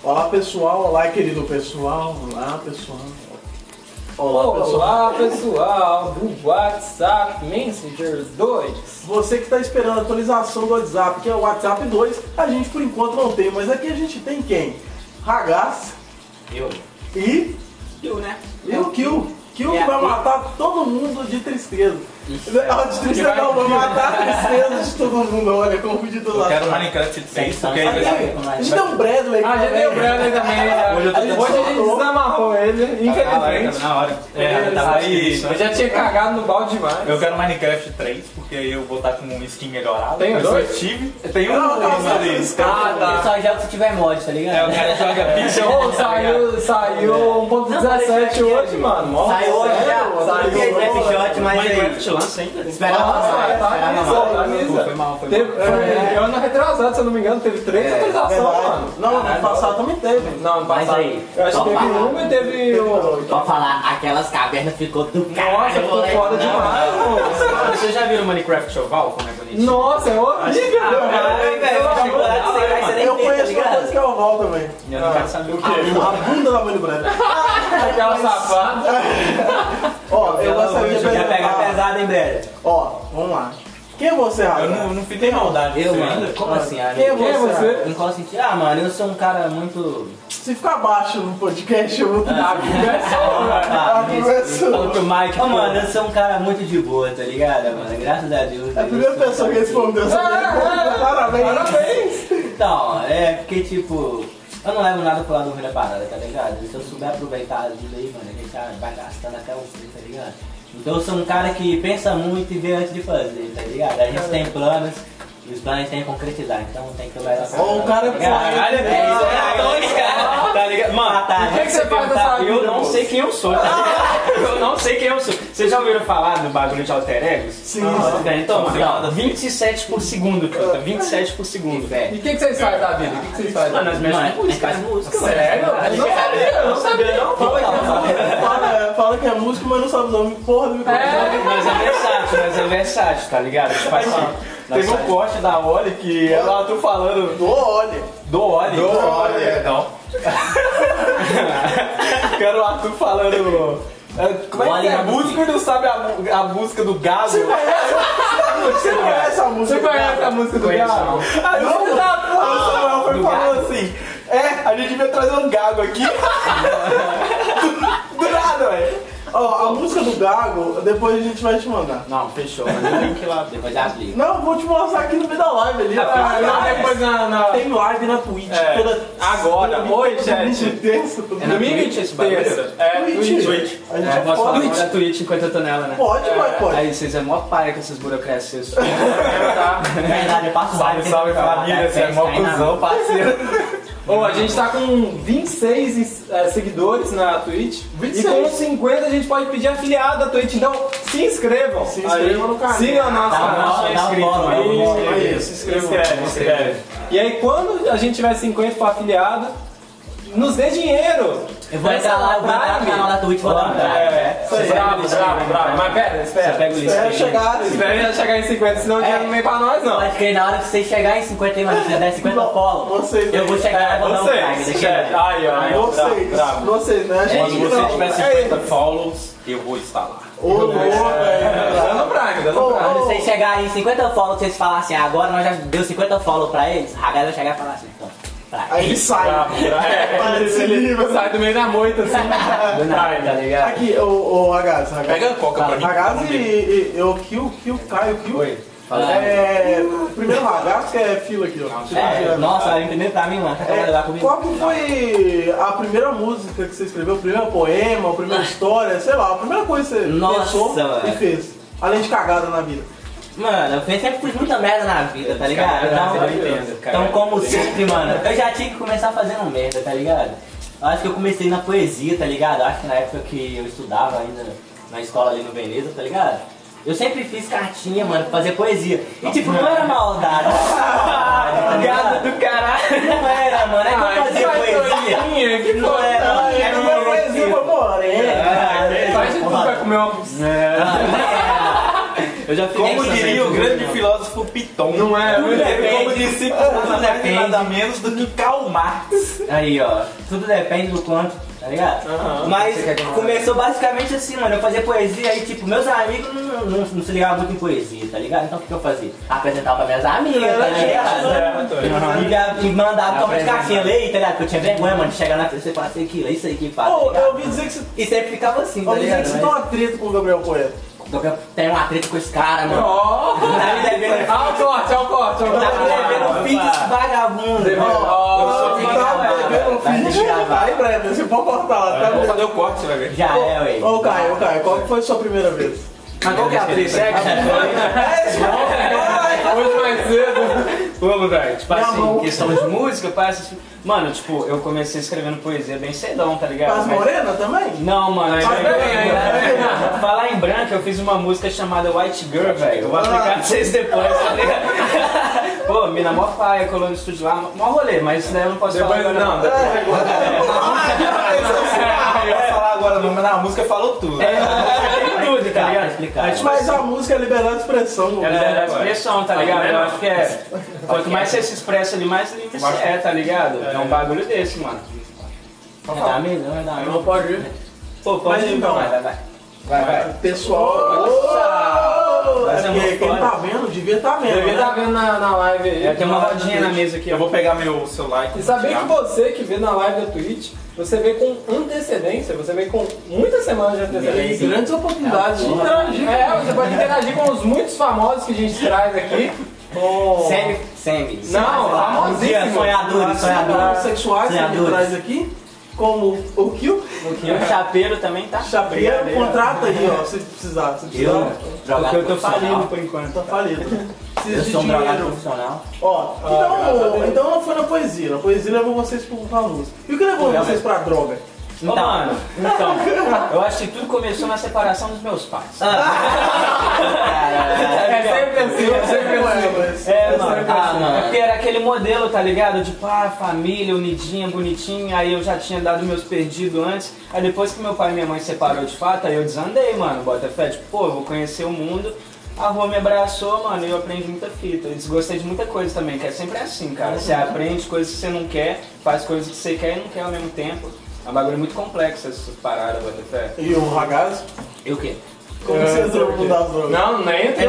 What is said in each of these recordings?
Olá pessoal, olá querido pessoal, olá pessoal. Olá pessoal do WhatsApp Messenger 2. Você que está esperando a atualização do WhatsApp, que é o WhatsApp 2, a gente por enquanto não tem, mas aqui a gente tem quem? Ragaz. Eu. E Né? o Kill. Kill que vai matar todo mundo de tristeza. De tristeza não, vai matar a tristeza de todo mundo. Olha, confundi todas as Quero coisas. Minecraft 6, porque A gente tem um Bradley. Ah, já tem o Bradley também. Hoje a gente desamarrou ele, infelizmente. na hora. Aí, eu já tinha cagado no balde demais. Eu quero Minecraft 3, porque aí eu vou estar com um skin melhorado. Tem eu dois? sou Steve. Tem um Não, deles. Ah, Eu só jogo se tiver mod, tá ligado? O cara joga pixel. Ô, saiu 1.17 hoje, mano. Mó Saiu hoje sério, já. saiu Saiu hoje. Snapshot, mas aí. Minecraft lança ainda. Esperava mais. Tá avisa. Foi mal. Eu ano retrasado, se eu não me engano, teve 3 atualizações, mano. Não, no passado também teve. Não, ano Mas passado. aí, Eu acho que só teve falar. uma e teve o... Pode falar, aquelas cavernas ficou do Nossa, caralho. ficou moleque. foda demais, mano. Vocês já viram Minecraft Oval? Como é bonito? Nossa, é horrível. Eu conheço uma coisa que é o Val também. Eu não quero saber o que. A bunda da mãe do Bradley. Aquela safada. Ó, eu gostaria de Já pega perguntar. pesado, hein, Brad? Ó, vamos lá. Quem é você, Rafa? Eu não fiz nem maldade. Eu, você mano. ainda? Como assim, Quem é amigo? Quem é você? Em qual sentido? Ah, mano, eu sou um cara muito... Se ficar baixo no podcast, eu vou Ah, conversou. Falando pro Mike. Ô, mano, eu sou um cara muito de boa, tá ligado, mano? Graças a Deus. É a primeira pessoa que respondeu essa pergunta. Parabéns. Parabéns. Então, é porque, tipo... Eu não levo nada pro lado ruim da parada, tá ligado? Se eu souber aproveitar a vida aí, mano, a gente vai gastando até o fim, tá ligado? Então eu sou um cara que pensa muito e vê antes de fazer, tá ligado? A gente tem planos e os planos tem que concretizar, então tem que levar essa Ó, o cara é Caralho, dois caras. Tá ligado? Mano, O que você faz nessa vida, eu não moço? sei quem eu sou, tá ligado? Eu não sei quem eu sou. Vocês já ouviram falar do bagulho de alter egos? Sim. Então, mano, 27 por segundo, cara. 27 por segundo. Fé. E o que vocês fazem da vida? O que vocês fazem? Mano, nós mexemos com música. faz música, mano. Sério? Eu não sabia, não. Fala que é músico, mas não sabe usar porra do microfone. Nós é versátil, tá ligado? Tipo assim, teve um corte da Oli que ela tô falando Do óleo. do Oli. Do Oli. Não. Que era o Arthur falando. Como é que é? Músico e não sabe a música do Gago. Você conhece a música? Você conhece a música do Conheço, Galo? não. Aí Não, você tá o Samuel foi falando assim: a gente devia trazer um Gago aqui. do nada, velho. Ó, a música do Gago, depois a gente vai te mandar. Não, fechou. Mas eu link lá. Depois das ligas. Não, eu vou te mostrar aqui no meio da live ali. Não, depois na... Tem live na Twitch. É, toda agora. Oi, chat. Terça, É na Domingo e Twitch esse bagulho? terça. É, Twitch. Twitch. A gente Posso falar pode. da Twitch enquanto eu tô nela, né? Pode, pode. Aí vocês é mó paia com essas burocracias. Verdade, eu passo Salve, salve família, você é mó cuzão, parceiro. Ô, a gente tá com 26 seguidores na Twitch. 26. E com 50 a gente pode pedir afiliado da Twitch. Então se inscrevam. Se inscrevam no canal. Siga o nosso canal. Dá um follow, Isso, se inscreve. E aí quando a gente tiver 50 para afiliado, nos dê dinheiro. Eu vou entrar lá, eu vou entrar no canal da Twitch, vou dar um drive. Bravo. Mas pera, espera. Pega o Espera list. chegar. Espera chegar em 50, senão o dinheiro não vem pra nós, não. Pode crer, na hora que você chegar em 50 e mais você der 50 follow, Vocês, eu vou chegar e vou dar um drive. Vocês. Deixa eu ver. Aí, ó. Vocês, né? A gente Quando você não. tiver 50 follows, eu vou estar lá. Ô, louco, Dando Prime, dando Prime. Quando vocês chegarem em 50 follow, vocês falam assim, agora nós já deu 50 follow pra eles, a galera vai chegar e falar assim, então, pra Aí ele sai. Parece livre. Sai do meio da moita, assim. do nada, tá ligado? Aqui, o Ragazzi. Pega a coca pra mim. Ragazzi e eu, Caio. Oi. Primeiro Ragazzi, que é fila aqui, ó. É, nossa, em primeiro pra mim, mano, quer trabalhar comigo? Qual que foi a primeira música que você escreveu? O primeiro poema, a primeira história, sei lá, a primeira coisa que você Nossa, pensou mano. e fez? Além de cagada na vida. Mano, eu sempre fiz muita merda na vida, tá ligado? Então, como sempre, mano, eu já tinha que começar fazendo merda, tá ligado? Eu acho que eu comecei na poesia, tá ligado? Eu acho que na época que eu estudava ainda na escola ali no Veneza, tá ligado? Eu sempre fiz cartinha, mano, pra fazer poesia. E tipo, não era maldade. Gado do caralho. Não era, mano. É que eu fazia poesia. Não era, É uma poesia pra morena. Faz de tudo pra comer uma... Eu já fiz como diria o grande filósofo Piton. Não é? Como discípulo nada menos do que Karl Marx. Aí, ó, tudo depende do quanto, tá ligado? Mas começou basicamente assim, mano, eu fazia poesia aí, tipo, meus amigos não se ligavam muito em poesia, tá ligado? Então o que eu fazia? Apresentava pra minhas amigas, tá ligado? E mandava tomar de caixinha ler, tá ligado? Porque eu tinha vergonha, mano, de chegar na frente e falar assim, aquilo, é isso aí que faz. Eu ouvi dizer que você... E sempre ficava assim, tá Eu ouvi dizer ligado? que você tem uma treta com o Gabriel Poeta. Tem uma treta com esse cara, mano. Tá me devendo. Ah, o corte. Tá me devendo um feed desse vagabundo. Aí, breve, você pode cortar lá, Vou tá? fazer o corte, você vai ver. Já é, ué. Ô, Caio, qual que foi a sua primeira vez? Mas qual que é a atriz? Hoje mais cedo. Pô, velho, tipo Minha assim, mão. questão de música, parece. Mano, tipo, eu comecei escrevendo poesia bem cedão, tá ligado? Paz Mas- Morena também? Não, mano, Mas falar em branco, eu fiz uma música chamada White Girl, velho. Eu vou aplicar pra vocês depois, tá ligado? Pô, mina mó paia, colou no estúdio lá, mó rolê, mas isso daí eu não posso falar agora. não. Eu vou falar agora não, mas a música falou tudo. Tudo, tá ligado? Explicar. Mas a música é liberdade de expressão. Ela é a expressão, tá ligado? Eu acho que é. Quanto mais você se expressa ali, mais livre você é, tá ligado? É um bagulho desse, mano. Vai dar mesmo, vai dar mesmo. Não pode ir. Pô, pode ir, então, vai. Pessoal, quem tá vendo, devia estar vendo. Devia né? estar vendo na live aí. Tem uma rodinha na mesa aqui. Eu vou pegar meu celular E sabia que você que vê na live da Twitch, você vê com antecedência, você vê com muitas semanas de E antecedência. grandes oportunidades de interagir. Você pode interagir com os muitos famosos que a gente traz aqui. Com... Semi. Não, famosíssimo. Sonhadores. Sexuais que a gente traz aquaqui, como o Kill, E o chapeiro também tá. Chapeiro, contrata aí, ó, se precisar. Se precisar, Porque eu tô falindo por enquanto. tá falido. Eu Precisa de sou um drogado dinheiro. profissional. Ó, então não foi na poesia. Na poesia levou vocês pra música. E o que levou vocês pra droga? Ô, mano, então, eu acho que tudo começou na separação dos meus pais. É sempre assim, sempre assim. É, mano. É porque era aquele modelo, tá ligado? De pá, família, unidinha, bonitinha. Aí eu já tinha dado meus perdidos antes. Aí depois que meu pai e minha mãe separou de fato, aí eu desandei, mano. Bota fé, tipo, pô, eu vou conhecer o mundo. A rua me abraçou, mano, e eu aprendi muita fita. Eu desgostei de muita coisa também, que é sempre assim, cara. Você aprende coisas que você não quer, faz coisas que você quer e não quer ao mesmo tempo. É um bagulho muito complexo essas paradas, bota fé. E o ragazzo? E o quê? Como você entrou no mundo das drogas? Não, nem entrou.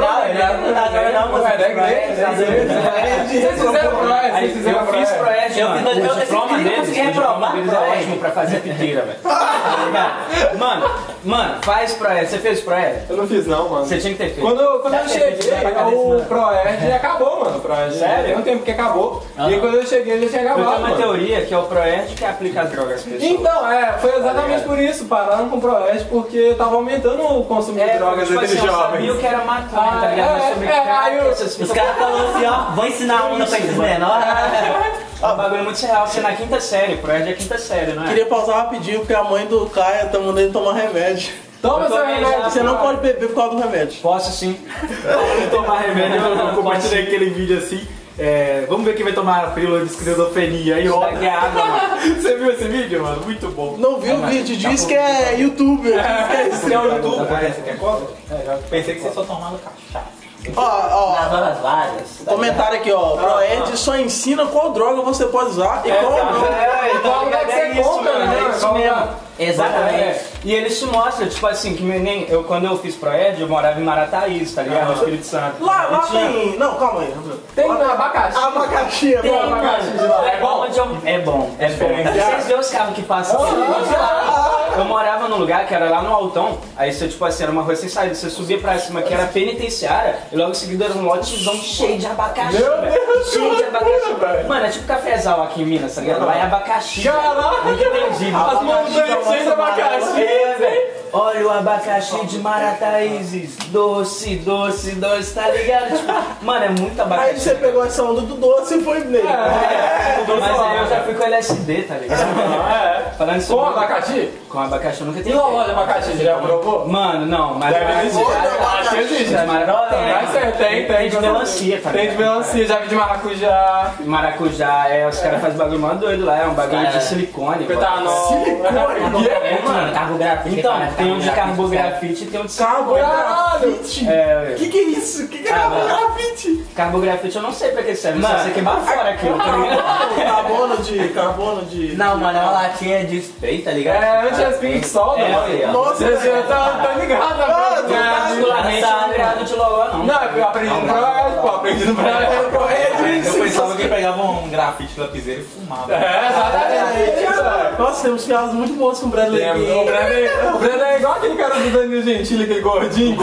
Não, É da igreja. Vocês fizeram proé, Aí, vocês fizeram eu fiz proé. proeste, Eu mano. fiz- eu O diploma consegui deles, o diploma reprovar deles é proeste. ótimo pra fazer piteira, velho. Tá ligado? Mano, faz proeste. Você fez proeste? Eu não fiz não, mano. Você tinha que ter feito. Quando eu cheguei, o ProErd acabou, mano. O ProErd Sério? tem um tempo que acabou. E aí quando eu cheguei, ele já tinha Eu tenho acabado, uma mano. teoria que é o proeste que aplica as drogas às pessoas. Então, foi exatamente por isso. Pararam com o ProErd, porque tava aumentando o consumo de drogas tipo entre assim, eu sabia jovens. o que era maconha, tá ligado? Mas sobre aí eu- essas Os caras falaram assim, ó, vou ensinar onda pra esses menores. É um bagulho muito real. Você na quinta série, proeste é quinta série, não é? Queria pausar rapidinho, porque a mãe do Caio tá mandando ele tomar remédio. Toma Eu seu também remédio. já- Você não pode beber por causa do remédio. Posso sim. Vou tomar remédio, eu compartilhei aquele vídeo assim. Vamos ver quem vai tomar a pílula de esquizofrenia aí, ó. Daqui a água, mano. Você viu esse vídeo, mano? Muito bom. Não viu o vídeo, diz que é youtuber. Diz que é É o YouTube. Você quer cola? Pensei que você só tomava cachaça. Ó, Nas horas vagas. tá comentário aqui, ó. Proed só ensina qual droga você pode usar e qual não. Qual lugar que você compra, né? É isso Qual mesmo. lugar? Exatamente. E eles te mostram, tipo assim, que nem eu, quando eu fiz Proed, eu morava em Marataízes, tá ligado? No Espírito Santo. Lá E tinha- tem. Não, calma aí. Tem abacaxi. Abacaxi, é Tem, bom. abacaxi de lá. mano. É bom? Onde eu- É bom. Vocês vêem os carros que passam assim, de lá. Eu morava num lugar que era lá no Altão, aí você, tipo assim, era uma rua sem saída, você subia pra cima que era penitenciária, e logo em seguida era um lotezão cheio de abacaxi, velho. Cheio de abacaxi. velho. Mano, é tipo cafezal aqui em Minas, tá ligado? Lá é abacaxi. Caraca! Nunca entendi. As montanhas cheias de abacaxi. É, velho. Olha o abacaxi de Marataízes, doce, doce, doce, tá ligado? Tipo, mano, é muito Aí abacaxi. você pegou essa onda do doce e foi nele. Mas aí eu já fui com LSD, tá ligado? falando Com sobre... abacaxi? Com abacaxi eu nunca E tenho. loló de abacaxi, você já provou? Mano, não, mas... Deve existir. Acho que existe. Mas tem de melancia, cara. Tem de melancia, já vi de maracujá. Maracujá, os caras fazem bagulho mó doido lá, é um bagulho de silicone. Etanol. Mano, carbografite. Então, tem um de carbografite e tem um de silicone. Carbografite? Que é isso? Que é carbografite? Carbografite eu não sei pra que serve, só sei queimar fora aquilo, tá ligado? Carbono de... Não, mano, é uma latinha de spray, tá ligado? É, anti-espinho de solda, mano. Nossa, Você já tá ligado, né? Particularmente eu não grado de loló, não. Não, eu aprendi no Proed, pô, aprendi no Proed. Eu pensava que pegava um grafite de lapiseira e fumava. É, exatamente. Nossa, temos piadas muito boas com o Bradley. O Breno é igual aquele cara do Danilo Gentili, aquele gordinho.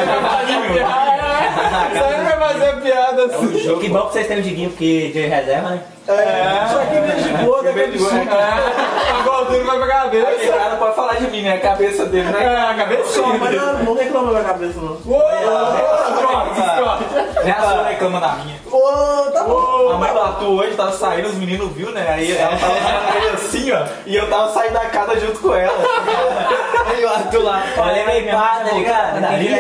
Saindo vai fazer piada assim. Que bom que vocês têm o Diguinho porque de reserva, né? Só que em vez de gordo, é absurdo. A gordura vai pra cabeça. Aquele cara não pode falar de mim, né? A cabeça dele, né? É, a cabecinha. Mas não reclama da minha cabeça, não. Nem a sua reclama da minha. Tá bom. A mãe do Arthur hoje tava saindo, os meninos viu, né? Aí ela tava olhando ele assim, ó. E eu tava saindo da casa junto com ela. Aí o Arthur lá. Olha meio pá, tá ligado?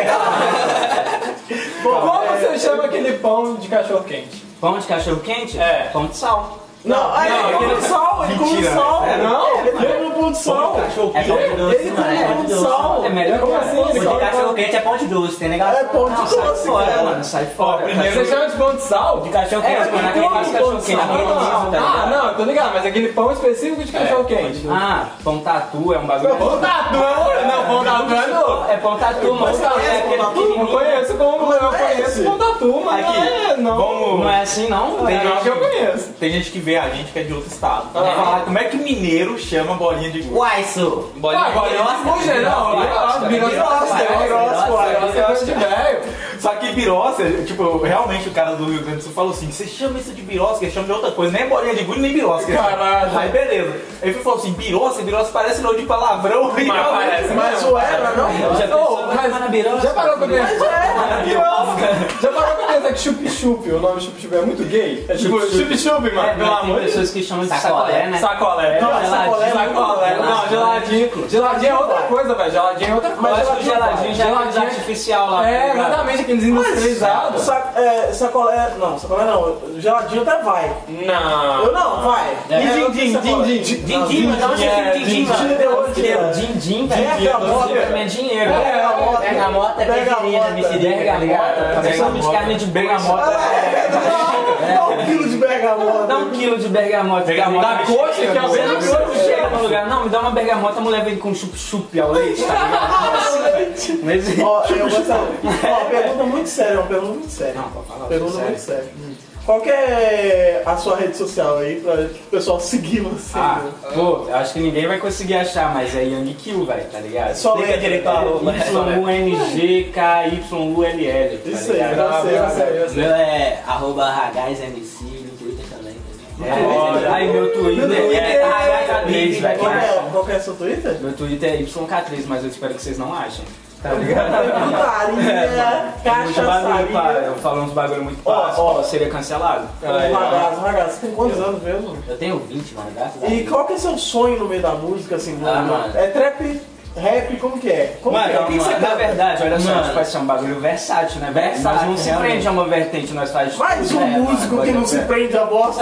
Como você chama aquele pão de cachorro quente? Pão de cachorro quente? É. Pão de sal. Não, ele come sal, ele come sal. Não? Ele come pão de sal. É pão de doce, Ele mano, é pão come de pão de doce. sal. É melhor Como assim? O de cachorro quente é pão de doce, tem negócio? É pão de Não, sai doce, fora, cara. mano, sai fora. Você chama de pão de sal? De cachorro quente, mano, aquele faz cachorro quente, aquele liso, tá Ah, ligado? não, tô ligado, mas aquele pão específico de cachorro quente. Ah, pão tatu é um bagulho... Pão tatu, não, pão tatu é novo. É pão tatu, mano. conhece pão tatu? Eu conheço como eu conheço pão tatu, mas Aqui, não. Não é assim, não? Tem gente que eu conheço. Tem gente que vê a gente que é de outro estado. Falar como é que mineiro chama bolinha de gude? Uai, isso. Ah, agora eu não sei, não. Birosca de velho. Só que birosca, tipo, realmente o cara do Rio Grande do Sul falou assim: você chama isso de birosca, chama de outra coisa, nem bolinha de gude, nem birosca. Caralho. Aí beleza. Aí ele falou assim: birosca parece nome de palavrão. Mas parece, Mas o era, não? Já parou pra pensar? Já parou pra pensar que chup-chup, o nome chup-chup é muito gay? É tipo chup-chup, mano, pelo amor de Deus. Pessoas que chamam de sacolé, né? Sacolé. Sacolé. Não, geladinho. Geladinho é outra coisa, velho. Geladinho é outra coisa. Eu acho que o geladinho já é artificial lá. É, exatamente, aqueles industrializados. Sacolé. Não, sacolé não. Geladinho até vai. Não. Eu não, vai. Din-din. Din-din, mas não sei se din-din, mano. Din-din, velho. Bergamota. É dinheiro. Bergamota é pequenina, mexerica, tá ligado? Bergamota. De carne de bergamota. Dá 1 quilo de bergamota. Dá 1 quilo de bergamota. Da coxa, que é o Você mesmo não chega no lugar. Não, me dá uma bergamota, a mulher vem com chup-chup ao leite, tá ligado? Mas... Ó, eu gostaria. Ó, pergunta muito séria, uma pergunta muito séria. Não, pode falar. Pergunta muito séria. Qual que é a sua rede social aí pra o pessoal seguir você? Ah, pô, eu acho que ninguém vai conseguir achar, mas é Young Kill, velho, tá ligado? Só lê direito a arroba. YUNGKYULL, tá Isso aí, ligado? eu sei. Meu é @RagazMC no Twitter também. Aí meu Twitter é HK3, velho. Qual que é o seu Twitter? Meu Twitter é YK3, mas eu espero que vocês não achem. Tá Putaria, cachaçaria. Eu falo uns bagulho muito fácil, seria cancelado. Ragazzo, você tem quantos anos mesmo? Eu tenho 20, mano, graças a E Deus. qual que é seu sonho no meio da música, assim? mano. É trap, rap, como que é? Como Mano, que é? O que você na verdade, olha só, Mano. tipo assim, é um bagulho versátil, né? Versátil, nós não se realmente. prende a uma vertente, nós fazemos. Mais um músico que não se prende a bosta.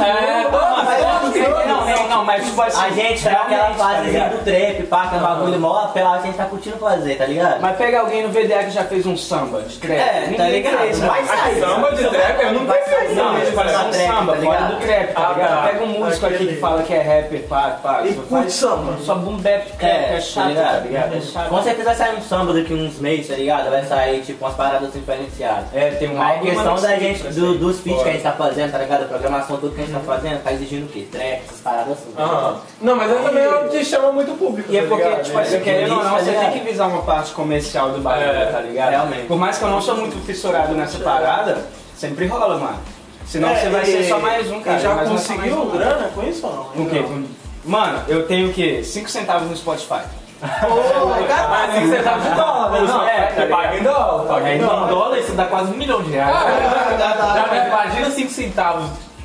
Não, mas tipo assim. A gente tá naquela realmente, tá fasezinha ligado? do trap, pá, que é um bagulho mó apelado, a gente tá curtindo fazer, tá ligado? Mas pega alguém no VDA que já fez um samba de trap. É, tá Ninguém ligado? fez, Vai sair. Samba de trap, eu não conheço. Não, Vai ele faz fazer um trap, samba tá fora ligado? do trap, tá ligado? Pega um músico aqui Aquele. que fala que é rapper, pá, E só curte samba. Só boom bap, é chato, tá ligado? É chato. Com certeza vai sair um samba daqui uns meses, tá ligado? Vai sair tipo umas paradas diferenciadas. É, tem um A álbum, questão mas da não gente, sei dos feats que a gente tá fazendo, tá ligado? A programação toda que a gente tá fazendo, tá exigindo o quê? Trap, essas paradas assim. Não, mas aí também é o que chama muito público. E é tá porque, ligado? tipo assim, querendo ou não, tá você ligado? tem que visar uma parte comercial do bagulho, tá ligado? realmente. Por mais que eu não sou muito fissurado nessa parada, sempre rola, mano. Senão você vai ser só mais um, cara. E já mas não é só conseguiu mais um. grana com isso ou não? Com o quê? Mano, eu tenho o quê? 5 centavos no Spotify. Mas 5 centavos de dólar, né? Não, tá paga em dólar. É, Em dólar isso dá quase R$1 milhão. Já imagina 5 centavos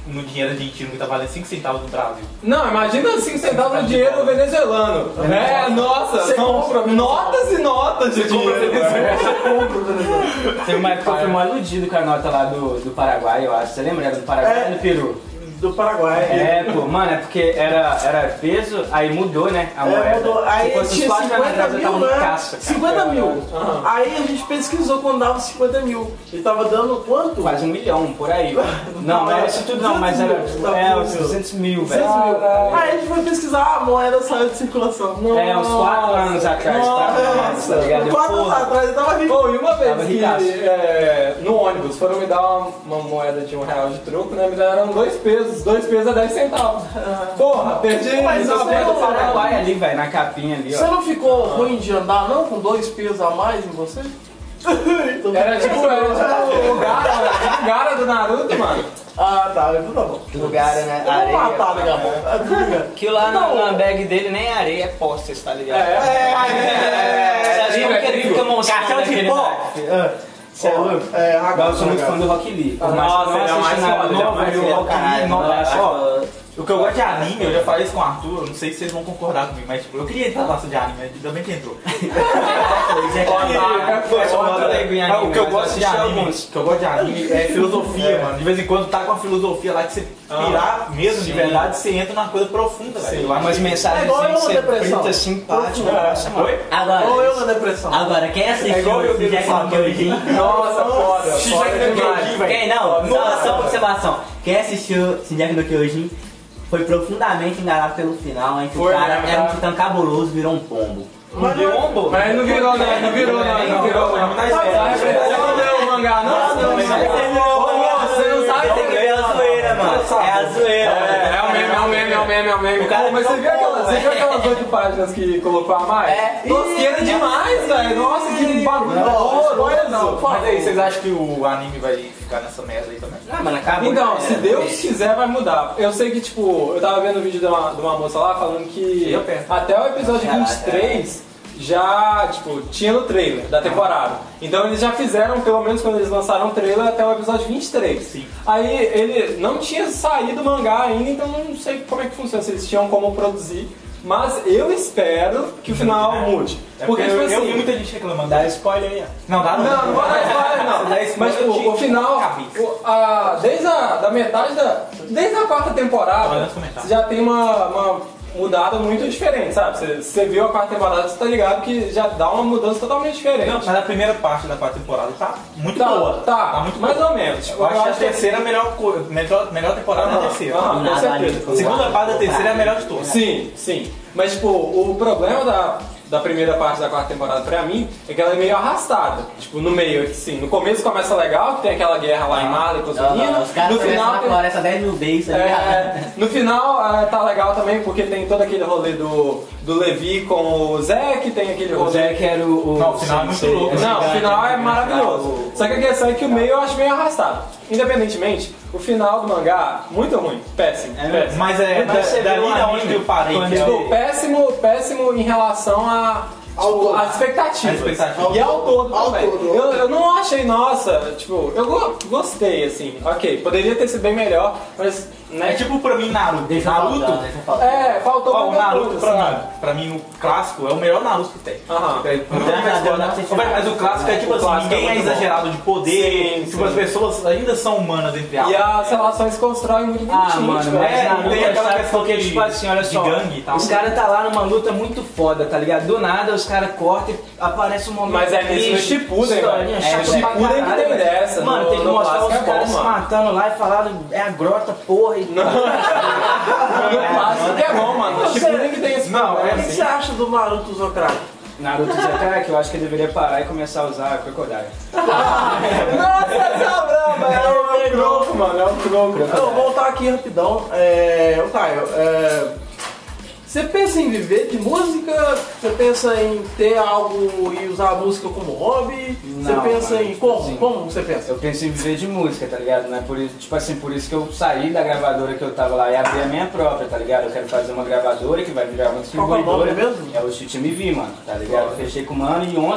no dinheiro argentino que tá valendo 5 centavos no Brasil. Não, imagina 5 centavos no dinheiro venezuelano. Nossa, são notas e notas de dinheiro. Teve uma época que eu fui mó iludido com a nota lá do Paraguai, eu acho. Você lembra? Era do Paraguai ou do Peru? Do Paraguai. Pô, mano, é porque era peso, aí mudou, né? A moeda. Mudou. Aí Se fosse tinha uns 4 anos 50 atrás, eu mil, tava no né? casca. 50 mil. Aí a gente pesquisou quando dava 50 mil. Ele tava dando quanto? Quase 1 milhão, por aí. Não, não era isso tudo não, mas era uns 200 mil, velho. 200 mil. Aí a gente foi pesquisar, a moeda saiu de circulação. Uns 4 anos atrás, tá ligado? 4 anos atrás, eu tava rico. Pô, e uma vez Tava que ricaço. no ônibus foram me dar uma moeda de R$1 de troco, né? Me deram 2 pesos. 2 pesos é 10 centavos. Porra, perdi. Mas uma você vez não- do Paraguai ali, velho, na capinha ali, Você ó. não ficou ruim de andar não com 2 pesos a mais em você? Era tipo o Gara do Naruto, mano. Ah, tá, então tá bom. Lugar, né? Eu vou matar daqui a pouco. Tá ligado? Aquilo lá na bag dele nem é areia, é posters, tá ligado? Você acha que ele fica mostrando Cartão de aquele pó. naipe? Você é louco? Eu sou muito fã do Rock Lee. Por mais que eu não Nossa, ele é mais assisti nada foda, novo, ele é eu mais Rock foda. Lee, Nossa, ó. O que eu gosto de anime, eu já falei isso com o Arthur, eu não sei se vocês vão concordar comigo, mas tipo, eu queria entrar na classe de anime, ainda bem que entrou. O que eu gosto de anime, é filosofia, mano. De vez em quando tá com a filosofia lá que você pirar mesmo, de verdade, você entra numa coisa profunda, velho. Eu acho Umas que- mensagens É igual eu que na você depressão. preta simpático. Nossa, mano. Oi? Ou eu Agora, na depressão. quem É assistiu igual eu o dentro Shingeki do no Kyojin? Nossa, foda. Shingeki Foda no demais. Kyojin, velho. Quem não? Só uma observação. Quem assistiu Shingeki no Kyojin foi profundamente enganado pelo final, em que Foi, o cara né, era um cara? titã cabuloso, virou um pombo. Mas não é- Mas não virou, né? Não virou, não. Não virou, não. Tá Você não leu o mangá, não? Você não sabe Tem que ver a zoeira, mano. É a zoeira. É o meme. O cara Pô, mas você viu virou aquelas 8 páginas que colocou a mais? É. Tosqueira demais, velho. Nossa, que bagulho horroroso. não. Mas aí, vocês acham que o anime vai ficar nessa merda aí também? Ah, mano, acabou. Então, se Deus quiser, vai mudar. Eu sei que, tipo, eu tava vendo um vídeo de uma moça lá falando que Eu penso. até o episódio 23 já, tipo, tinha no trailer da temporada. Então eles já fizeram, pelo menos quando eles lançaram o trailer, até o episódio 23. Sim. Aí ele não tinha saído o mangá ainda, então não sei como é que funciona, se eles tinham como produzir. Mas eu espero que o final mude. Porque Porque, tipo eu vi assim... muita gente reclamando. Dá spoiler aí, ó. Não, dá Não vou dar spoiler, não. Dá spoiler, Mas tipo, eu o te- final, cabeça. desde a metade desde a quarta Olha temporada, nos comentários. você já tem uma mudada muito diferente, sabe? Você viu a quarta temporada, você tá ligado que já dá uma mudança totalmente diferente. Não, mas a primeira parte da quarta temporada tá muito Tá, boa. tá, muito mais boa. ou menos. Eu acho que a terceira é a melhor temporada é a terceira. Com Nada certeza. ali. A segunda parte da terceira é a melhor de todas. Sim. Mas, tipo, o problema da primeira parte da quarta temporada pra mim é que ela é meio arrastada. Tipo, no meio, assim. No começo começa legal, que tem aquela guerra lá em Marley com os meninos. Os caras No começam final na tem... floresta 10 mil vezes, tá ligado? No final tá legal também, porque tem todo aquele rolê do Levi com o Zack, tem aquele O rolê... Zé que era o... Não, o final é muito louco. Não, o final é maravilhoso. Só que a questão é que o meio eu acho meio arrastado. Independentemente, o final do mangá, muito ruim. Péssimo. péssimo. Mas você dali viu o da onde anime, eu parei, quando que é Tipo, o- péssimo em relação às expectativas. A expectativa. E ao todo Ao também. todo. Eu não achei, nossa, tipo, eu gostei, assim. Ok, poderia ter sido bem melhor, mas, né? É tipo pra mim Naruto. Deixa eu Naruto. faltar, deixa eu faltar. Faltou Ó, o muita Naruto, coisa, pra mim, o clássico é o melhor Naruto que tem. Aham. Mas o clássico é tipo O assim, clássico ninguém é é muito bom. exagerado de poder, Sim, tipo, sim. as pessoas ainda são humanas entre E elas. as relações se constroem muito bonitinho. Ah, mano, tipo, mas é, Naruto tem é aquela chato questão porque, de- tipo assim, olha de só, gangue e tal. os caras tá lá numa luta muito foda, tá ligado? Do nada os caras cortam e aparece um momento Mas é nisso no triste, Shippuden, historinha velho. chata No pra Shippuden que caralho, tem velho. dessa, Mano, no- tem que no mostrar os clássico é caras bom, se mano. matando lá e falando, é a grota, porra, e... No clássico é bom, mano. No Shippuden que tem esse Não, problema, O que assim. você acha do Naruto Uzokrai? Naruto Uzokrai, eu acho que ele deveria parar e começar a usar Crocodile. Nossa, essa brava! É o troco, mano, é o troco. Eu vou voltar aqui rapidão. Ô Caio, você pensa em viver de música? Você pensa em ter algo e usar a música como hobby? Você Não, pensa mano, em como? sim. Como você pensa? Eu penso em viver de música, tá ligado? Não é por isso, tipo assim, por isso que eu saí da gravadora que eu tava lá e abri a minha própria, tá ligado? Eu quero fazer uma gravadora que vai virar uma Qual que é o nome distribuidora. mesmo? É o Chute Me Vi, mano, tá ligado? Eu fechei com o mano e ontem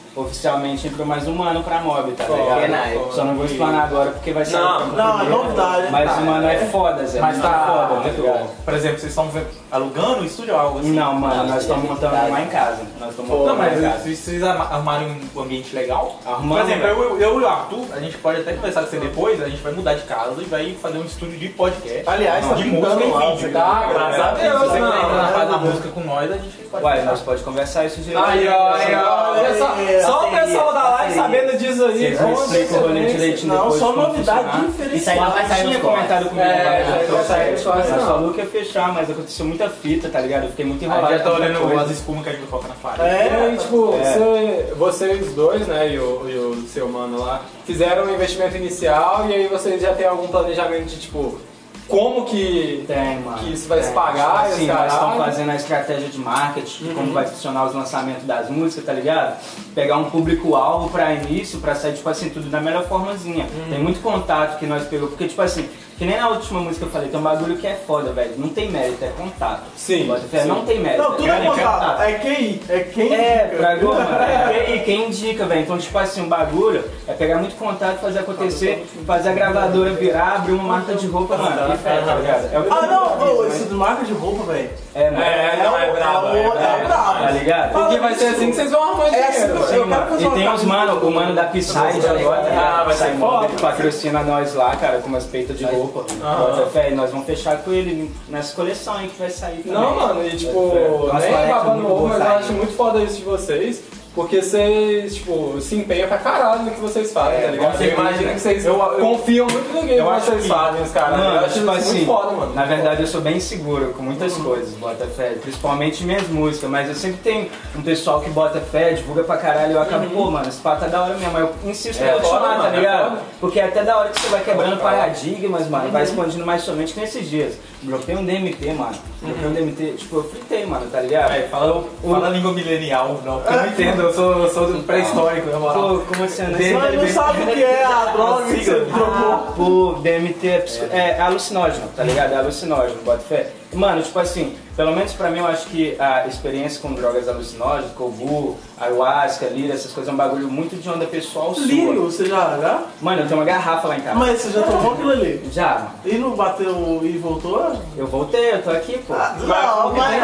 oficialmente entrou mais um mano pra Mob, tá ligado? Só não vou explanar agora porque vai ser. Não, é novidade. Mas o mano é foda, Zé. Mas tá foda, tá ligado? Por exemplo, vocês estão alugando o estúdio ou algo assim? Não, mano, nós estamos montando lá em casa. Nós estamos montando Não, lá em mas casa. se vocês arrumarem um ambiente legal, Arrumamos, por exemplo, eu e o Arthur, a gente pode até conversar com você depois, a gente vai mudar de casa e vai fazer um estúdio de podcast. Aliás, tá de pintando música lá, e vídeo. tá? Graças a Deus, Se você não. quiser entrar na parte da música com nós, a gente pode. Uai, nós pode conversar isso direto. Aí, ó. Só o pessoal da live sabendo disso aí. Vocês explicam o rolê direitinho Não, depois só como novidade funcionar. diferenciada. Isso aí não vai sair Tinha nos cortes. comentado comigo, vai sair nos cortes, nós não. falou que ia fechar, mas aconteceu muita fita, tá ligado? Eu fiquei muito enrolado. Já tô com muita olhando coisa. as espumas que a gente coloca na parede. E aí, tipo, É. vocês dois, né, e o seu mano lá, fizeram um investimento inicial e aí vocês já têm algum planejamento de, tipo, como que Tem, mano. que isso vai se pagar, Sim, esse nós caralho. estamos fazendo a estratégia de marketing, de como vai funcionar os lançamentos das músicas, tá ligado? Pegar um público-alvo pra início, pra sair, tipo assim, tudo da melhor formazinha. Tem muito contato que nós pegamos, porque, tipo assim, que nem na última música eu falei, tem um bagulho que é foda, velho. Não tem mérito, é contato. Sim, Bota fé, sim. não tem mérito. Não, tudo é contato. É quem É, indica. pra goma, e quem indica, velho. Então, tipo assim, um bagulho é pegar muito contato, fazer acontecer, fazer a gravadora virar, abrir uma marca de roupa, mano. E fé, tá ligado? É o que Ah, eu não, aviso, esse de marca de roupa, velho. É, mano. É brabo. É brabo. Tá ligado? Porque vai ser assim que vocês vão arrumar dinheiro. assim, Sim, eu quero mano. fazer E uma tem os mano, o mano da Psyde agora, tá ligado? vai ser Psyde, foda. ele patrocina nós lá, cara, com umas peitas de roupa. Bota fé, e nós vamos fechar com ele nessa coleção aí que vai sair também. Não, mano, e tipo, Nossa, nem parece babando muito ovo, mas eu boa, acho muito foda isso de vocês, porque vocês, tipo, se empenham pra caralho no que vocês fazem, tá ligado? Eu imagino que vocês confiam muito no game que vocês fazem, os caras. Mano, Eu acho tipo isso assim, muito foda, mano. na verdade eu sou bem inseguro com muitas coisas, bota fé, principalmente minhas músicas, mas eu sempre tenho um pessoal que bota fé, divulga pra caralho e eu acabo, pô, mano, esse pá tá da hora mesmo, aí eu insisto em continuar, foda, tá mano, ligado? foda. Porque até da hora que você vai quebrando paradigmas, mano, vai expandindo mais somente que nesses dias. Dropei um DMT, mano, dropei um DMT, tipo, eu fritei, mano, tá ligado? Fala a língua milenial, não, porque eu não entendo, eu sou do pré-histórico, na moral. Pô, como assim, né? Mas não sabe o que é a droga que você trocou. Pô, DMT é alucinógeno, tá ligado? É alucinógeno, bota fé. Mano, tipo assim, pelo menos pra mim eu acho que a experiência com drogas alucinógenas, Kobu, ayahuasca, lira, essas coisas é um bagulho muito de onda pessoal sua. Lírio, você já? Mano, eu tenho uma garrafa lá em casa. Mas você já tomou aquilo ali? Já, E não bateu e voltou? eu voltei, eu tô aqui, pô. Não, mas...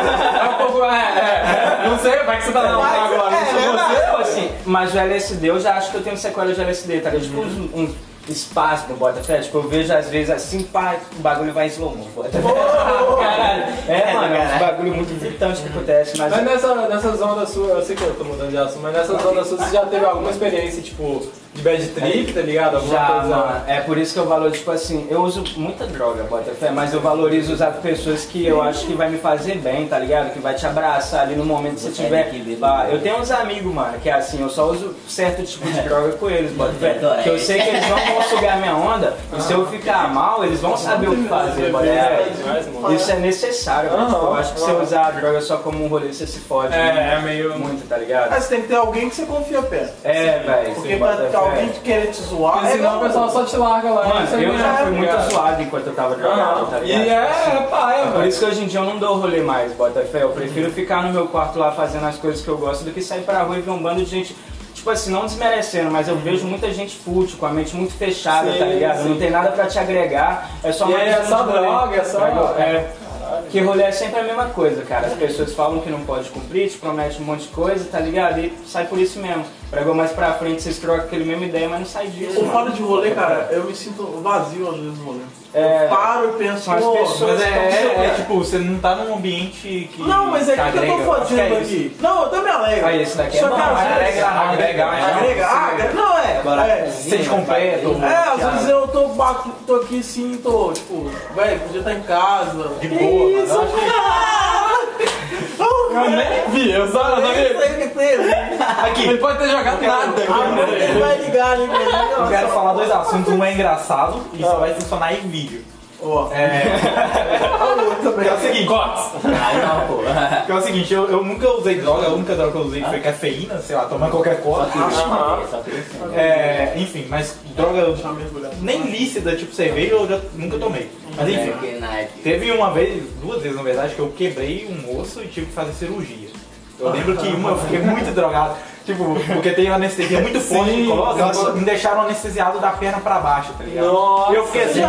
Não sei, vai que você tá na live agora, não sou você. Tipo assim, mas o LSD eu já acho que eu tenho sequela de LSD, tá ligado? Tipo um espaço no bota-fé, tipo, eu vejo às vezes assim, pá, o bagulho vai em slow-mo, bota-fé. Caralho, mano, é um bagulho muito irritante que acontece, mas... Mas nessas ondas suas, eu sei que eu tô mudando de assunto, mas nessas ondas suas você já teve alguma experiência, tipo, de bad trip, tá ligado? Alguma Já, coisa... mano, é por isso que eu valorizo, tipo assim, eu uso muita droga, bota fé, mas eu valorizo usar com pessoas que eu acho que vai me fazer bem, tá ligado? Que vai te abraçar ali no momento que você tiver. Eu tenho uns amigos, mano, que é assim, eu só uso certo tipo de droga com eles, bota fé. Que eu sei que eles não vão sugar minha onda, e se eu ficar mal, eles vão saber o que fazer, bota fé. Isso é necessário, né? Tipo, eu acho que se você usar a droga só como um rolê, você se fode. É meio... muito, tá ligado? Mas tem que ter alguém que você confia perto. É, velho. Porque pra ter alguém que querer te zoar... Porque senão o pessoal só te larga lá. Mano, e você eu não já é, fui muito ligado? zoado enquanto eu tava drogado, tá ligado? E é paia, Por velho. isso que hoje em dia eu não dou rolê mais, bota fé. Eu prefiro ficar no meu quarto lá fazendo as coisas que eu gosto do que sair pra rua e ver um bando de gente. Tipo assim, não desmerecendo, mas eu vejo muita gente fútil, com a mente muito fechada, Sim, tá ligado? sim. Não tem nada pra te agregar, é só E mais aí é um só de rolê. droga, é só... É. Que rolê é sempre a mesma coisa, cara. As pessoas falam que não pode cumprir, te prometem um monte de coisa, tá ligado? E sai por isso mesmo. Pregou mais pra frente, vocês trocam aquele mesma ideia, mas não sai disso. Eu mano. falo de rolê, cara, eu me sinto vazio às vezes no rolê. É. Eu paro e penso, São as pô, pessoas Mas tipo, você não tá num ambiente que. Não, mas é te que eu tô agrega. Acho que é fodido isso. aqui. Não, eu também alegro. Aí, esse daqui é Só bom, que às mas vezes- agrega, não, agrega, Agrega, não é. Sente completo. Às vezes eu tô aqui assim, tô, tipo, velho, podia estar em casa. De boa, mano. Isso, Eu acho Eu nem vi, eu só Isso aí que teve. Aqui, Ele pode ter jogado nada. Ele vai ligar ali pra mim. eu quero falar dois assuntos. Um é engraçado e só vai funcionar em vídeo. Ó, É o seguinte, Ai, não, pô. que é o seguinte, eu nunca usei droga, a única droga que eu usei foi cafeína, sei lá, tomar qualquer coisa. Só que isso. Enfim, mas droga nem lícita, tipo cerveja, eu já nunca tomei. Mas enfim, teve uma vez, duas vezes na verdade, que eu quebrei um osso e tive que fazer cirurgia. Eu lembro que uma eu fiquei muito drogado. Tipo, porque tem anestesia muito forte que coloca, nossa. me deixaram anestesiado da perna pra baixo, tá ligado? Nossa. E eu fiquei assim,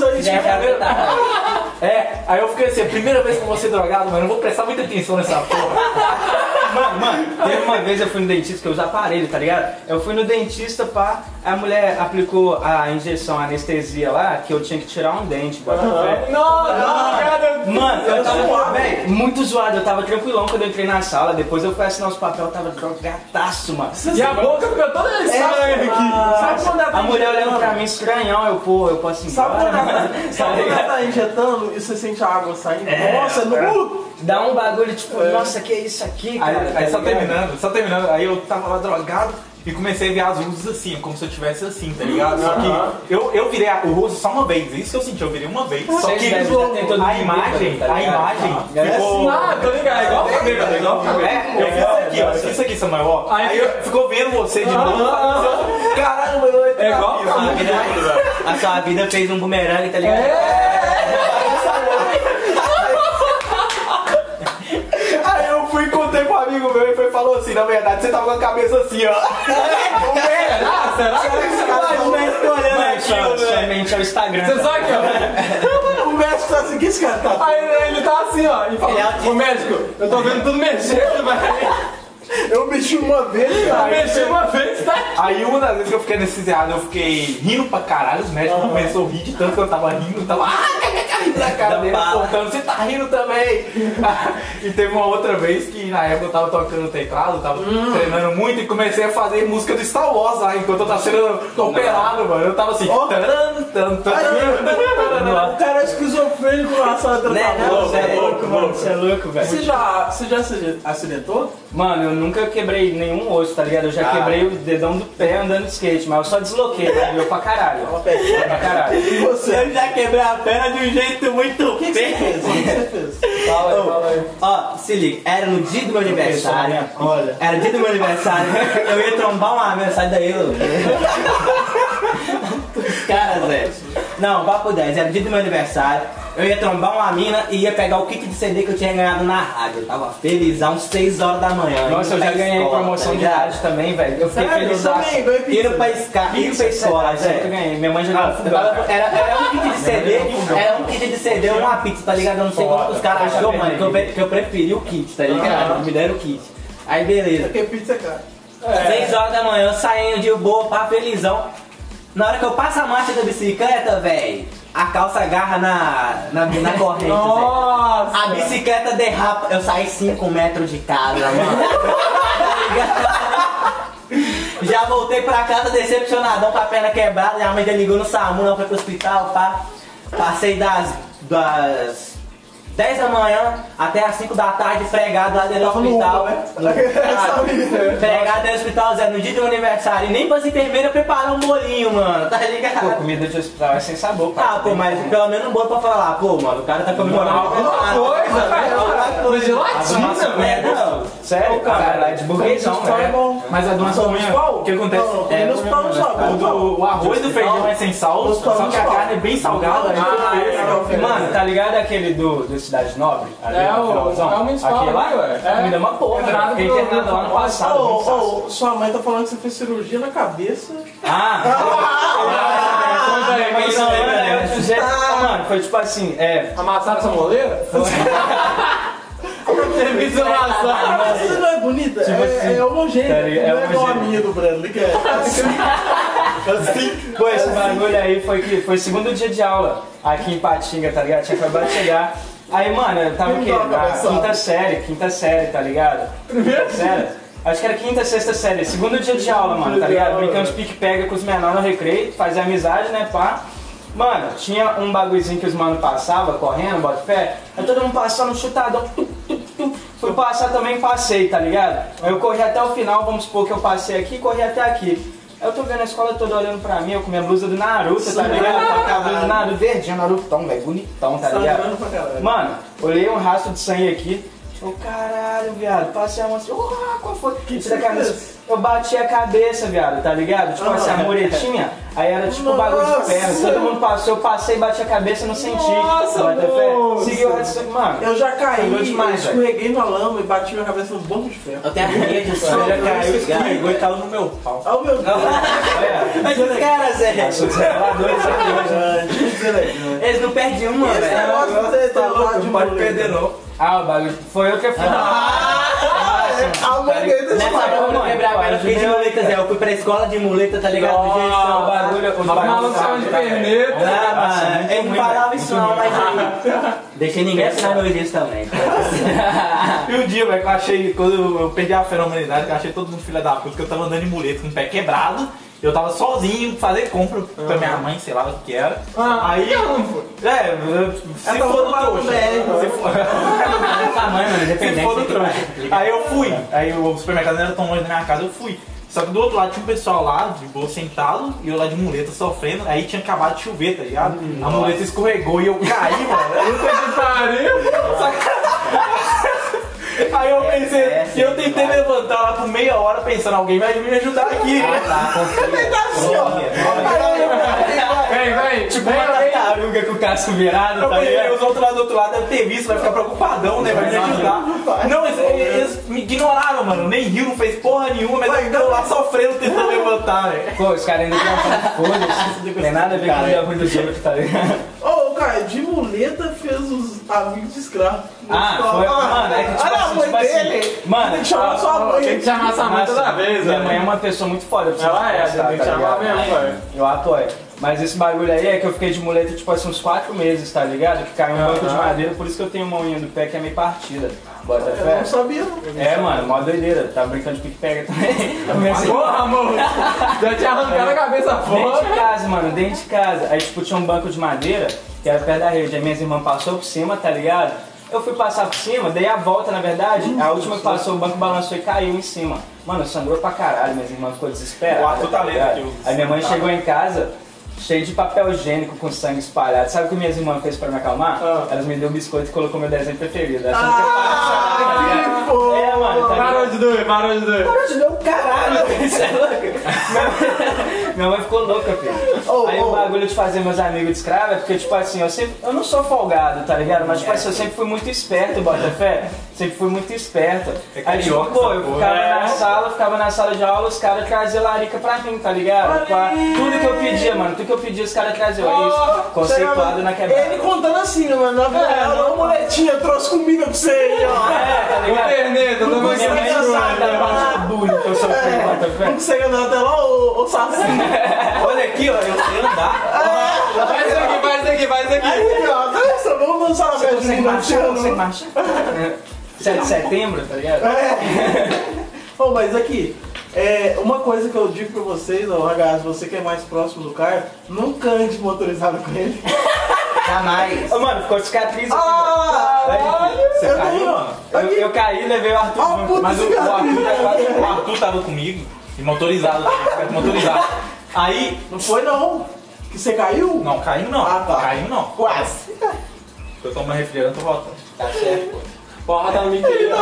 aí eu fiquei assim, a primeira vez que eu vou ser drogado, mano, eu vou prestar muita atenção nessa porra. Mano, teve uma vez eu fui no dentista que eu uso aparelho, tá ligado? Eu fui no dentista, pá, a mulher aplicou a injeção, a anestesia lá, que eu tinha que tirar um dente, bota fé. Mano, eu tava, velho, muito zoado, eu tava tranquilão quando eu entrei na sala, depois eu fui assinar os papéis, eu tava drogadaço, mano. E a boca ficou toda estranha aqui. Sabe quando ela tá A mulher olhando injetando? pra mim estranhão, eu posso ir Sabe embora, quando mano? ela tá injetando e você sente a água saindo? Nossa, no... Dá um bagulho tipo, nossa, que é isso aqui, cara? Aí tá só terminando, aí eu tava lá drogado e comecei a ver as luzes assim, como se eu tivesse assim, tá ligado? Só que eu virei o rosto só uma vez, isso que eu senti, eu virei uma vez. Só que a imagem ficou... Ah, tô ligado, é igual o bêbado, é igual o bêbado. Eu fiz isso aqui, ó, eu fiz isso aqui, Samuel, ó. Aí eu ficou vendo você de novo, caralho, mano, É igual A sua vida fez um bumerangue, tá ligado? Aí eu fui e contei pro amigo meu e falou assim, na verdade você tava com a cabeça assim, ó. Será que Sua mente é o Instagram. você sabe aqui, ó? O médico tá assim, que esse cara tá? Aí ele tá assim, ó, e fala, ô médico, eu tô vendo tudo mexendo, velho. Eu mexi uma vez, Eu cara. mexi uma vez, tá? Aí uma das vezes que eu fiquei anestesiado, eu fiquei rindo pra caralho, os médicos começaram a rir de tanto que eu tava rindo, eu tava rindo da cara dele, apontando, você tá rindo também. E teve uma outra vez que na época eu tava tocando teclado, tava treinando muito e comecei a fazer música do Star Wars lá, enquanto eu tava sendo operado, mano. Eu tava assim, O cara é esquizofrênico na sala de tratamento. Você é louco, mano. Você é louco, velho. Você já se acidentou? Mano, eu nunca quebrei nenhum osso, tá ligado? Eu já quebrei o dedão do pé andando de skate, mas eu só desloquei, né? Deu pra caralho. Pra caralho. E você? Eu já quebrei a perna de um jeito muito O que você fez? O que você fez? Fala aí. Ó, se liga, era no dia do meu aniversário. Olha. Era dia do meu aniversário. Eu ia trombar uma amiga, sai daí, ô. Os caras, velho. Não, papo 10, era dia do meu aniversário. Eu ia trombar uma mina e ia pegar o kit de CD que eu tinha ganhado na rádio. Eu tava felizão, 6 horas da manhã. Nossa, eu já ganhei promoção de rádio também, velho. Eu fiquei Sério? feliz. Também, ganhei pizza. Indo pra escola, Eu sempre velho. ganhei. Minha mãe jogava fogão. Era um kit de CD, era um kit de CD, uma pizza, tá ligado? Eu não sei como que os caras achou, mano, que eu preferi o kit, tá ligado? Me deram o kit. Aí beleza. Porque pizza é cara. 6 horas da manhã, saindo de boa, pá, felizão. Na hora que eu passo a marcha da bicicleta, velho, a calça agarra na corrente, velho. Nossa! A bicicleta derrapa, eu saí 5 metros de casa, mano. Já voltei pra casa decepcionadão com a perna quebrada, minha mãe já ligou no SAMU, não foi pro hospital, pá. Passei das 10 da manhã até as 5 da tarde pregado lá dentro do hospital. Pregado dentro do hospital, Zé, no dia do meu aniversário. E nem pra enfermeira preparar um bolinho, mano, tá Pô, ligado? comida de hospital é sem sabor, pai. Ah, pô, mas pelo menos um bolo pra falar, pô, mano, o cara tá comemorando. Coisa, gelatina, velho. Sério, cara, é de burguesão, Hospital é velho. bom. Mas a do Antônio, o que acontece? Não, no hospital não sabe. O arroz do feijão é sem sal, só que a carne é bem salgada. Mano, tá ligado aquele do Cidade Nobre? Ali É no o finalzão? municipal Aquele lá, ali, ué. a comida é uma porra, Entrada fiquei do- internado lá ano passado. muito fácil. Ô, sua mãe tá falando que você fez cirurgia na cabeça. Mas não, né? De um jeito- Mano, foi tipo assim, Amassaram essa moleira? Visualização. Você não é bonita? É homogênea. Tá ligado? Não é igual a homogênea. minha do Brando, que é Pô, esse bagulho aí foi o segundo dia de aula aqui em Patinga, tá ligado? Tinha acabado de chegar. Aí, mano, eu tava o quê? Na quinta série, tá ligado? Primeira série? Acho que era quinta, sexta série. Segundo dia de aula, mano, tá ligado? Brincando de pique-pega com os menores no recreio, fazer amizade, né, pá. Mano, tinha um bagulhozinho que os manos passavam, correndo, bota fé. Aí todo mundo passando, um chutadão, Fui passar também, passei, tá ligado? Aí eu corri até o final, vamos supor que eu passei aqui e corri até aqui. Eu tô vendo a escola toda olhando pra mim, eu com minha blusa do Naruto, tá ligado? Com a blusa do Naruto verdinha, Narutão, velho, bonitão, tá ligado? Mano, olhei um rastro de sangue aqui, Eu, caralho, viado, passei a mão assim, qual foi? Eu bati a cabeça, viado, tá ligado? Tipo assim, a muretinha, aí era tipo um bagulho de ferro. Todo mundo passou, eu passei, bati a cabeça e não senti. Nossa, seguiu o resto, mano. Eu já caí, demais, escorreguei na lama e bati minha cabeça no banco de ferro. Eu tenho a mania de som. Já caiu, escorregou e caiu no meu pau. Oh, meu Deus. Mas os caras, Os reveladores aqui hoje. eles não perdem uma, Esse velho. negócio de ter lá de Não pode muleta. perder, não. O bagulho. Foi eu que fiz. A muleta Nessa época eu não quebrava, eu fiquei de muleta, Zé. Eu fui pra escola de muleta, tá ligado? Do Gerson, O bagulho. Os Maluco chama de perneta. Ah, mano, ele não falava isso não, mas aí... Deixei ninguém assinar meu disso também. E um dia, velho, que eu achei, quando eu perdi a fé na humanidade, que eu achei todo mundo filha da puta, que eu tava andando de muleta com o pé quebrado. Eu tava sozinho fazer compra pra minha mãe, sei lá o que era. Aí. Se for do trouxa. Se Tamanho, mano, for independente. do trouxa. Aí eu fui. Aí o supermercado não era tão longe da minha casa, eu fui. Só que do outro lado tinha um pessoal lá, de boa, sentado, e eu lá de muleta sofrendo. Aí tinha acabado de chover, tá ligado? A muleta escorregou e eu caí, mano. Puta que pariu. Aí eu pensei, e eu tentei levantar lá por meia hora pensando, alguém vai me ajudar aqui. Vem. Tipo uma tartaruga com o casco virado, Eu tá pensei, ligado? os outros lá do outro lado devem ter visto, vai ficar preocupadão, né? Vai me ajudar. Não, eles me ignoraram, mano. Nem riu, não fez porra nenhuma, mas eu tô lá sofrendo tentando levantar, velho. Pô, os caras ainda estão foda-se. Não tem nada a ver com o dia ruim dos outros, tá ligado? Ô, cara, de muleta fez os amigos de escravo. Foi. Mano, é que tipo Olha a assim, mãe tipo assim, dele. mano, Tem que chamar sua mãe. Tem que chamar essa mãe toda vez, minha velho. mãe é uma pessoa muito foda pra você Ela é, gostar, tem que tá chamar ligado? mesmo, velho. Eu apoio. Mas esse bagulho aí é que eu fiquei de muleta tipo assim uns 4 meses, tá ligado? Que caiu um banco de madeira, por isso que eu tenho uma unha do pé que é meio partida. Bota Eu fé. não sabia, não. É, mano, mó doideira. Tava brincando de pique-pega também. Porra, amor. Já tinha arrancado a cabeça Dentro fora. de casa, mano, dentro de casa. Aí, tipo, tinha um banco de madeira, que era perto da rede. Aí minhas irmãs passou por cima, tá ligado? Eu fui passar por cima, dei a volta, na verdade. A última que passou, o banco balançou e caiu em cima. Mano, sangrou pra caralho, minhas irmãs ficou desesperadas. O Arthur tá lendo ligado? aqui, o- Aí minha mãe chegou em casa, cheio de papel higiênico com sangue espalhado. Sabe o que minhas irmãs fez pra me acalmar? Elas me deu biscoito e colocou meu desenho preferido. Achando que eu que fofo. É, mano, tá ligado? Parou de doer. Para de ver o caralho, isso é louco. Minha mãe ficou louca, filho. Aí o bagulho de fazer meus amigos de escravo é porque, tipo assim, eu não sou folgado, tá ligado? Mas, tipo assim, eu sempre fui muito esperto, bota fé. Sempre fui muito esperto. Aí, tipo, carioca pô, essa eu porra. ficava na sala de aula, os caras traziam larica pra mim, tá ligado? Tudo que eu pedia, mano, tudo que eu pedia, os caras traziam. É isso, conceituado na quebrada. Ele contando assim, né, mano? Na vida real, não, muletinha, trouxe comida pra você aí, ó. Tá O ligado? perneta, todo mundo Minha mãe não sabe da parte do bullying que eu sofri, bota fé. Não consegue andar até lá, ô Saci. Olha aqui, ó, eu sei andar. Faz isso aqui. Aí, ó, tá essa, vamos dançar na festa Sem de marcha, sem Luciano. marcha. 7 de setembro, tá ligado? Ô, mas aqui, uma coisa que eu digo pra vocês, ó, ragazzi, você que é mais próximo do cara, nunca ande motorizado com ele. Jamais. Ô, mano, ficou cicatriz aqui, Você eu caiu, tenho- mano? velho. Eu caí e levei o Arthur. Ó, puta Mas o cicatriz. Arthur tava comigo, e motorizado, motorizado. Aí, Não foi não. Que você caiu? não, caiu não. Ah, tá. Caiu não. Quase. Eu tomo refrigerante, tô voltando. Tá certo, pô. Porra, tá me querendo.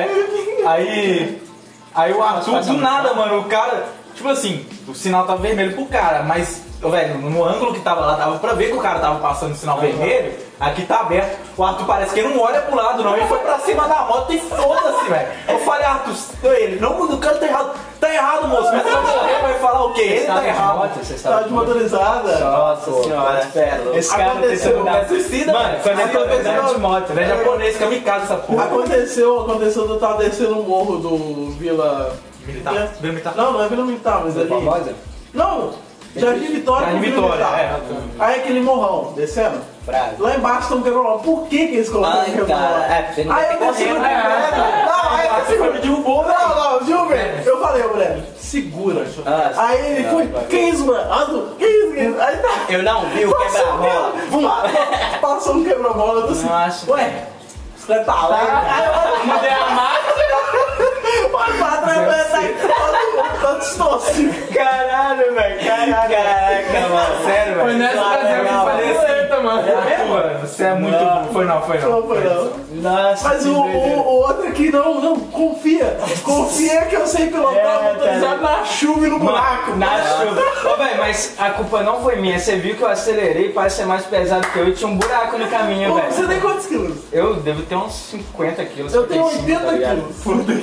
Aí o Arthur, do nada, mano, o cara, tipo assim, o sinal tava vermelho pro cara, mas, velho, no ângulo que tava lá, dava pra ver que o cara tava passando o sinal vermelho, aqui tá aberto. O Arthur parece que ele não olha pro lado, não, ele foi pra cima da moto e foda-se, velho. Eu falei, Arthur, ele, não, o cara tá errado. Tá errado, moço, mas você vai morrer, vai falar o quê? Ele tá errado. Tá de motorizada. Nossa senhora, esse cara Aconteceu, tem É suicida, Mano, velho. quando ele tá Aconteceu. andando de moto, Ele é japonês, kamikaze essa porra. Aconteceu de eu tava descendo o morro do Vila... Militar. Vila Militar. Não é Vila Militar, mas ali... famosa? Não, Jardim Vitória Jardim com Vila Vitória, Militar. Aí aquele morrão, descendo. Bravo. Lá embaixo tem um quebra-mola. Por que eles colocaram um Ai, quebra-mola? cara. É, você não Aí vai eu ter desci no correndo, Breno. Não, aí eu desci Me derrubou, velho. Não, Gilberto. Eu falei, ô Breno, segura. Ah, Aí ele foi, que isso, Breno? Arthur, que isso? Aí tá. Eu não vi o quebra-mola. Passou um quebra-mola, eu tô assim, Nossa. ué, você tá lá? Mudei a marca. Olha pra trás, tá distorcido. Caralho, velho. Caraca, mano. Sério, velho. Foi nessa ocasião que eu falei assim. ainda, mano. Mano, você é muito burro. Foi não. Não foi não. Nossa, Mas o outro aqui não, confia. Confia que eu sei pilotar motorizado na chuva e no buraco. Na chuva. Ô, velho, mas a culpa não foi minha. Você viu que eu acelerei, parece ser mais pesado que eu e tinha um buraco no caminho, Pô, você velho. tem quantos quilos? Eu devo ter uns 50 quilos. Eu tenho 55, 80 tá quilos.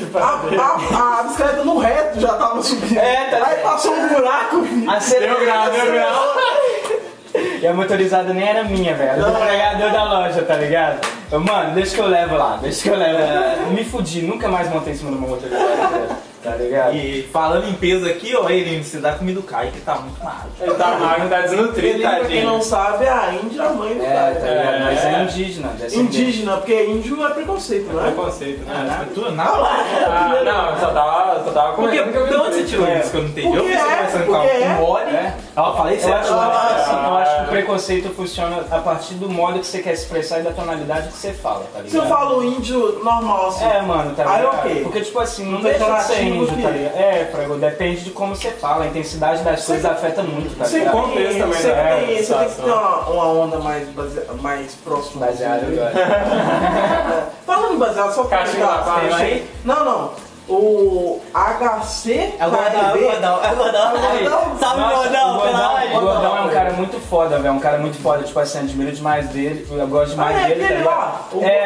A bicicleta no reto já tava subindo. É, tá Aí passou um buraco, filho. Acelerei. Deu grau. E a motorizada nem era minha, velho. Era do entregador da loja, tá ligado? Mano, deixa que eu levo lá. Me fudi, nunca mais montei em cima de uma motorizada, velho. Tá ligado? E falando em peso aqui, ó, Eline, você dá comida do Caio, que tá muito magro. Ele tá magro, tá desnutrido, Ele, pra quem tadinho. não sabe, é a Índia, a mãe do É, cara. tá ligado? Mas é indígena, descendente. Indígena, porque índio é preconceito, não é? Preconceito, né? Tudo nada. Ah, não, eu só tava Porque, comentando. de onde você tirou isso que eu não entendi? Porque Eu vi você é, conversando com porque a é. Mole. Ó, falei certo. Eu Ah, acho que o preconceito funciona a partir do modo que você quer se expressar e da tonalidade que você fala, tá ligado? Se eu falo índio normal assim. É, mano, tá Aí, ligado? ok. Porque, tipo assim, não Um deixa de ser pejorativo índio, que- tá ligado? É, Frago, depende de como você fala, a intensidade das coisas afeta muito, tá Você ligado? contexto também, você né? tem que ter Situação. uma onda mais próxima. Baseado assim. agora. Falando em baseado, só pra Caixinha da explicar. paz. aí? Não. O HC É o Gordão. Salve, Gordão, pela O live. Gordão é um cara muito foda, velho. Um cara muito foda, tipo assim, admiro demais dele. Eu gosto demais dele, tá aquele ligado? lá.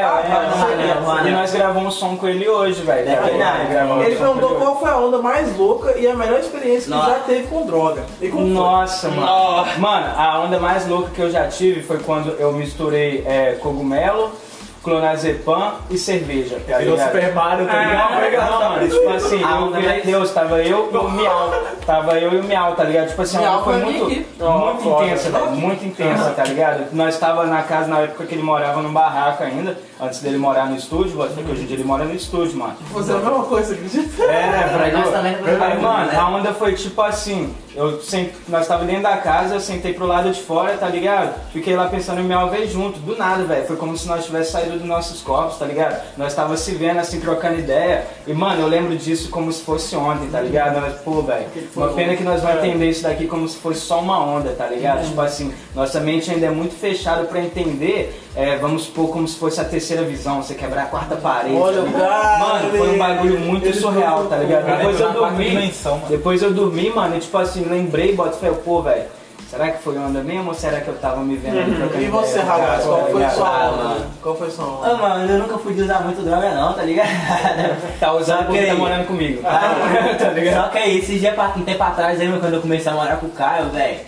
E nós gravamos um som com ele hoje, velho. É verdade. Gravamos Ele um som com perguntou hoje. qual foi a onda mais louca e a melhor experiência que Nossa. já teve com droga. E como foi? Nossa, mano. Mano, a onda mais louca que eu já tive foi quando eu misturei cogumelo, clonazepam e cerveja. Tá Virou ligado? Super Mario, tá ligado? Não, mano, tipo assim, A eu onda virei mais- Deus, tava eu e o Miau. Tava eu e o Miau, tá ligado? Tipo assim, a Miau onda foi foi a minha muito, equipe. muito foda. intensa, velho. Muito intensa, tá ligado? Nós tava na casa na época que ele morava num barraco ainda, antes dele morar no estúdio, porque hoje em dia ele mora no estúdio, mano. Você é a mesma coisa, acredita? É, Nós também não Aí, mano, né? a onda foi tipo assim, nós tava dentro da casa, eu sentei pro lado de fora, tá ligado? Fiquei lá pensando em me ver junto, do nada, velho. Foi como se nós tivéssemos saído dos nossos corpos, tá ligado? Nós tava se vendo assim, trocando ideia. E, mano, eu lembro disso como se fosse ontem, tá ligado? Nós, pô, velho, uma pena que nós vamos entender isso daqui como se fosse só uma onda, tá ligado? Tipo assim, nossa mente ainda é muito fechada pra entender, vamos supor, como se fosse a terceira visão, você quebrar a quarta parede. Olha tá o ligado? cara, Mano, foi um bagulho muito ele surreal, tá ligado? Cara, Depois eu entrou na quarta dormi, dimensão, mano. depois eu dormi, mano, e tipo assim, lembrei, bota fé, pô, velho, será que foi onda mesmo ou será que eu tava me vendo ali trocando E você, ideia, rapaz, cara, qual tá foi ligado? sua Ah, onda? mano. Qual foi sua onda? Ô, mano, eu nunca fui de usar muito droga não, tá ligado? Tá usando Só porque que- tá morando comigo. Tá ligado? Só que aí, esses dias, um tempo atrás, aí, quando eu comecei a morar com o Caio, velho.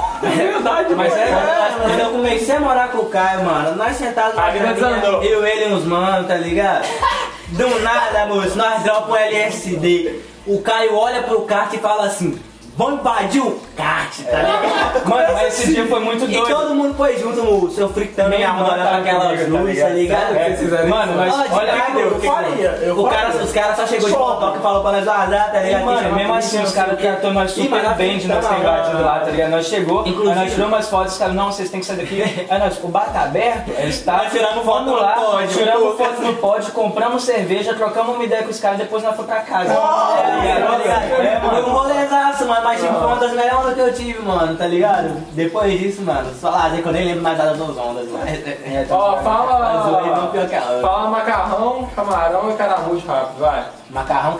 Mas Quando eu comecei a morar com o Caio, mano, nós sentados A vida desandou. eu, ele e uns manos, tá ligado? Do nada, moço, nós dropamos um LSD. O Caio olha pro kart e fala assim: vamos invadir o kart, tá ligado? Mano, mas esse dia foi muito E doido. todo mundo foi junto, o seu fritando Minha minha irmã mão, olhando tava pra aquelas comigo, tá luzes, tá ligado? É, mano, mas Ó, de olha cara, que deu. Eu faria. Os caras só chegou de Só. motoca e falou pra nós vazar, tá E, ligado? mano, Tem que mesmo chamar assim, a os polícia, caras tratou nós Ih, super mas bem de nós ter invadido lá, tá ligado? Nós chegou, aí Inclusive- nós tiramos umas fotos, os caras, não, vocês têm que sair daqui. Aí nós, o bar tá aberto, eles estavam, Nós tiramos foto vamos no lá, pódio, tiramos foto no pódio, compramos cerveja, trocamos uma ideia com os caras, depois nós fomos pra casa. Tá ligado? É, Foi um mano. rolezaço, mano, mas tipo, foi uma das melhores ondas que eu tive, mano, tá ligado? Depois disso, mano, só lazer que eu nem lembro mais das duas ondas, mano. Ó, Mas o não fala. pior que a outra. Fala macarrão, camarão e caramujo rápido, vai. Macarrão,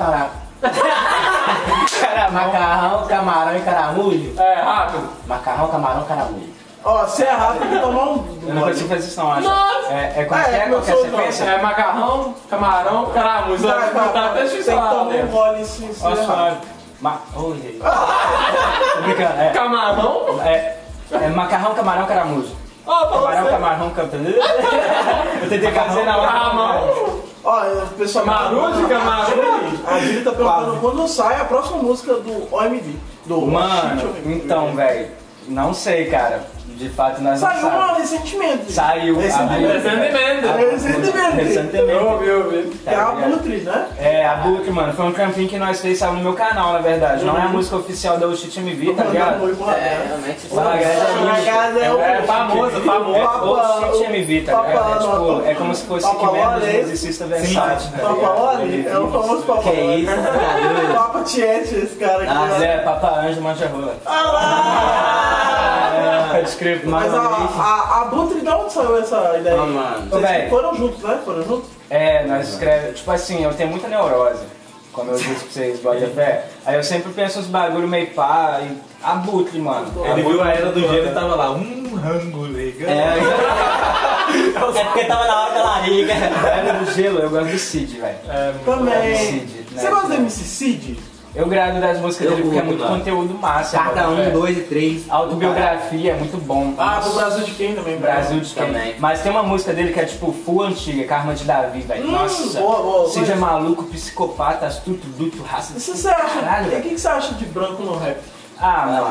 Macarrão, camarão e caramujo. É, rápido. Macarrão, camarão, caramujo. Ó, se errar, tem que tomar um. Eu não consigo fazer isso não, acho. Nossa. Como É, que é? Qual que é a começou, sequência? É macarrão, camarão, caramujo. Tá, Tá até tem que x-salado tomar um dentro. gole assim, se Ó, errar. suave. Oi, gente. Tô brincando, Camarão? é macarrão, camarão, caramujo. Ó, pra Camarão, você. camarão, Eu tentei fazer na hora. Camarão. Ó, o pessoal. Marujo, camarão. A Júlia tá perguntando quando sai a próxima música do OMD. Do Mano, então, velho, não sei, cara. De fato, nós não Saiu uma sabemos. recentemente. Saiu. Recentemente. Recentemente. Eu vi. Que é a Butri, né? É, a Book, mano, foi um trampinho que nós fez, saiu no meu canal, na verdade. Não é a música oficial da Uchi MV, tá ligado? realmente. É famoso. Uchi MV, tá ligado? É, Papa- tipo, é como se fosse que Papa menos Lole. de exercício versátil, tá ligado? Papalone? É o famoso Que Papalone. isso, tá doido? Papa Tiete, esse cara aqui. Ah, né? É, Papa Anjo Mancha Rola. Ah lá! Pode crer, Mas a Butri, de onde saiu essa ideia? Não, mano. Vocês Véi. foram juntos, né? Foram juntos? Nós escrevemos, tipo assim, eu tenho muita neurose, como eu disse pra vocês, bota fé. Aí eu sempre penso uns bagulho meio pá, e abutre, mano. Ele viu a Era do Gelo e tava lá, rango legal. É porque tava na hora da lariga. Era do Gelo, eu gosto do Cid, velho. Também. Cid, né? Você gosta do MC Cid? Eu grado das músicas dele porque é muito mano. conteúdo massa. Carta bota fé. 1, 2 e 3. Autobiografia é muito bom. Ah, do Brasil de quem também? Brasil de quem? Também. Mas tem uma música dele que é tipo full antiga, Karma de Davi, velho. Nossa, boa, seja conheço. maluco, psicopata, astuto, duto, raça. E se você acha? Caralho, E o velho. que você acha de branco no rap? Ah, mano.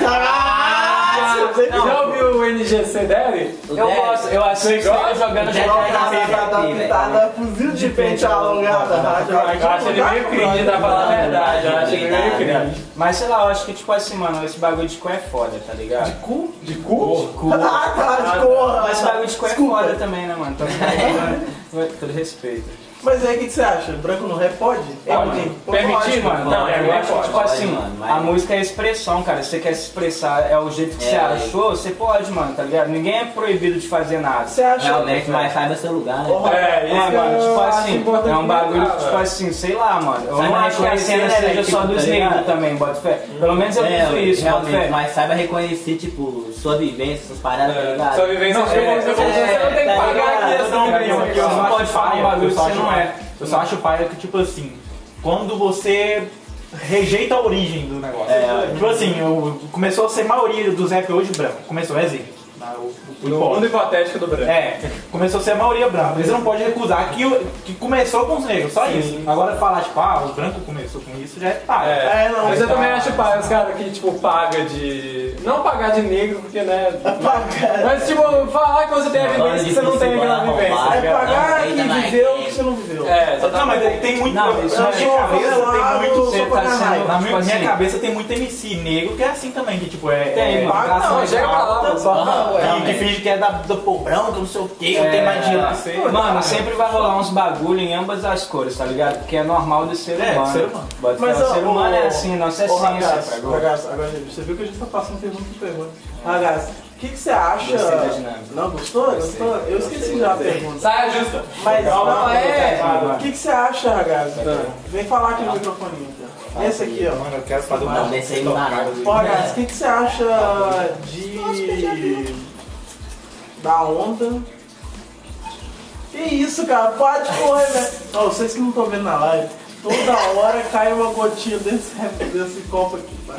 Caralho! Já ouviu o NGC dele? Eu gosto, eu assisto ele jogando Deve jogando jogar Adaptada, fuzil de pente alongada, rádio. Eu acho ele meio cringe, pra falar a verdade. Eu acho ele meio cringe. Mas sei lá, eu acho que tipo assim, mano, esse bagulho de cu é foda, tá ligado? De cu? De cu? Ah, tá, de porra! Mas esse bagulho de cu é Desculpa. foda também, né, mano? Todo respeito. Mas aí o que você acha? Branco no rap pode? Permitido, mano? Não, Eu acho que, tipo pode, assim, mano, mas- a música é expressão, cara. Se você quer se expressar, é o jeito que você É. achou, você pode, mano, tá ligado? Ninguém é proibido de fazer nada. Você acha? Realmente, mas saiba seu lugar, né? Mano, tipo assim, importante é um bagulho explicar, que, tipo velho. assim, sei lá, mano. Eu Saiba não acho que a reconhecer, cena né, seja velho, só tipo, dos tá negros ligado? também, bota fé. Pelo menos eu fiz isso, bota realmente, fé. mas saiba reconhecer, tipo, sua vivência, suas paradas, tá ligado? Sua vivência você não tem que pagar aqui essa Não, opinião aqui, Você ó. não pode falar um bagulho que você não é. Eu só acho paia que, tipo assim, quando você rejeita a origem do negócio. Tipo assim, começou a ser maioria dos rap hoje branco. Começou, exemplo. No mundo hipotético do branco. Começou a ser a maioria branca. Mas você não pode recusar que começou com os negros, só isso. Agora falar, tipo, os brancos começou com isso, já é paia. Não, Mas eu também acho pai, os caras que, tipo, paga de... Não pagar de negro, porque, né... Mas, tipo, falar que você tem a vivência que você não tem aquela vivência. tá É ligado? pagar Não, que eita, viveu o Nike. que você não viveu. Não, mas tem muito. Não, isso na é minha cabeça tem muito. Você tá sendo- Na minha assim, cabeça tem muito MC negro que é assim também, que tipo é. Tem, mano. Paga não, chega pra lá, mano, só que finge que é do pobrão, que não sei o que, não tem mais dinheiro que você. Mano, sempre vai rolar uns bagulho em ambas as cores, tá ligado? Porque é normal do ser humano. do ser humano. Bota fé, Mas, o ser ó, humano ó, é assim, nossa Ô, essência, Ragazzo, pegou? Ragazzo, agora você viu que a gente tá passando pergunta por pergunta. Ragazzo, o que você acha? Gostei da dinâmica. Não, gostou? Gostou? Eu esqueci já a pergunta. Saia justa. Mas não, Calma. o que você acha, Ragazzo? Vem falar aqui no microfoninho, então. Esse aqui, ó. Mano, eu quero fazer Não, desse aí não dá, não. Ó, Ragazzo, o que você acha de... da onda? Que isso, cara? Pode correr, velho. Ó, vocês que não estão vendo na live, toda hora cai uma gotinha desse copo aqui, tá?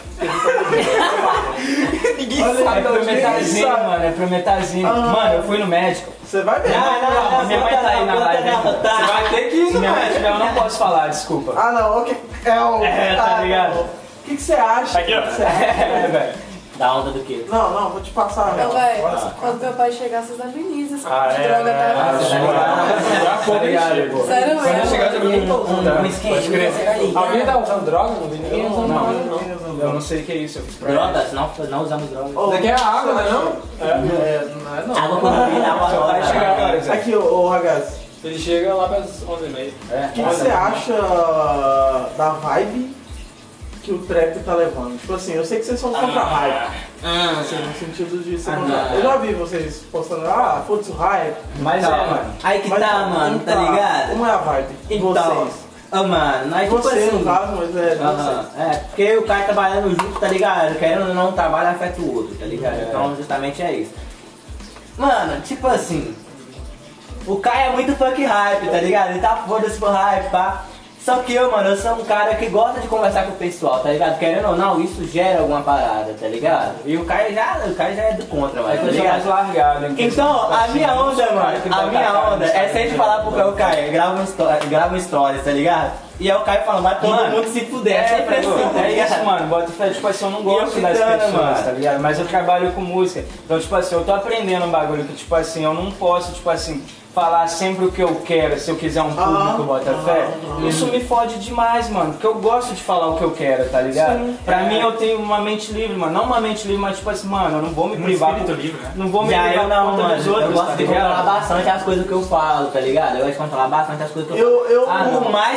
Ninguém É sabe, prometazinho, mano, é prometazinho. Mano, eu fui no médico. Você vai ver. Não, minha mãe tá aí na live. Você vai ter que ir, se minha mãe tiver, eu não posso falar, desculpa. Ah, não, ok. É o. tá ligado? O que você acha? Aqui, ó. O que você acha? Velho. Da onda do quê? Não, vou te passar. Então, Não, velho, quando meu pai chegar, vocês amenizam essa Ah, de é, droga, é, tá? Já foi, chega. Sério Quando eu mesmo? chegar, já vi quem tá usando. Um esquema. Alguém tá usando droga? Não vi ninguém usando nada. Eu não sei o que é isso, eu fiz pra Drogas? Não usamos drogas. Ô, Isso aqui é água, né não? não é não. Água com bebida, água Seu pai chegar rosa. agora, Zé. Aqui, ô Ragazzo, Ele chega lá pras 11h30. o que você acha da vibe que o trap tá levando? Tipo assim, eu sei que vocês são contra a hype. Assim, no sentido de ser contra. Eu já vi vocês postando, foda-se o hype. Mas é, mano. Aí que Mas tá, mano, tá ligado? Como é a vibe? de Então, vocês? mano, nós tipo Você, no assim. caso, mas é de Aham, vocês. é, porque o cara trabalhando junto, tá ligado? Querendo ou não, um trabalho afeta o outro, tá ligado? Então, justamente é isso. Mano, tipo assim, o Kai é muito funk hype, tá ligado? Ele tá foda-se pro hype, pá. Só que eu, mano, eu sou um cara que gosta de conversar com o pessoal, tá ligado? Querendo ou não, isso gera alguma parada, tá ligado? E o Kai já é do contra, mano, tá Eu sou mais ligado? largado. hein? Então, a minha onda, mano, que a bota minha a cara onda no é sempre falar pro Kai, grava um stories, tá ligado? E aí o Kai fala, vai todo Mano, mundo se fuder, é sempre assim, tá é isso, ligado? mano. Bota fé, tipo assim, eu não gosto eu das fritando, pessoas, mano. tá ligado? Mas eu trabalho com música. Então, tipo assim, eu tô aprendendo um bagulho que, tipo assim, eu não posso, tipo assim, falar sempre o que eu quero, se eu quiser um público, bota fé. Isso me fode demais, mano. Porque eu gosto de falar o que eu quero, tá ligado? Pra mim, eu tenho uma mente livre, mano. Não uma mente livre, mas tipo assim, mano, eu não vou me privar. espírito livre, né? Não vou me Já privar eu não, por conta mano, dos outros, eu gosto tá de controlar ligado? bastante as coisas que eu falo, tá ligado? Eu gosto de controlar bastante as coisas que eu falo. Eu Por mais que às vezes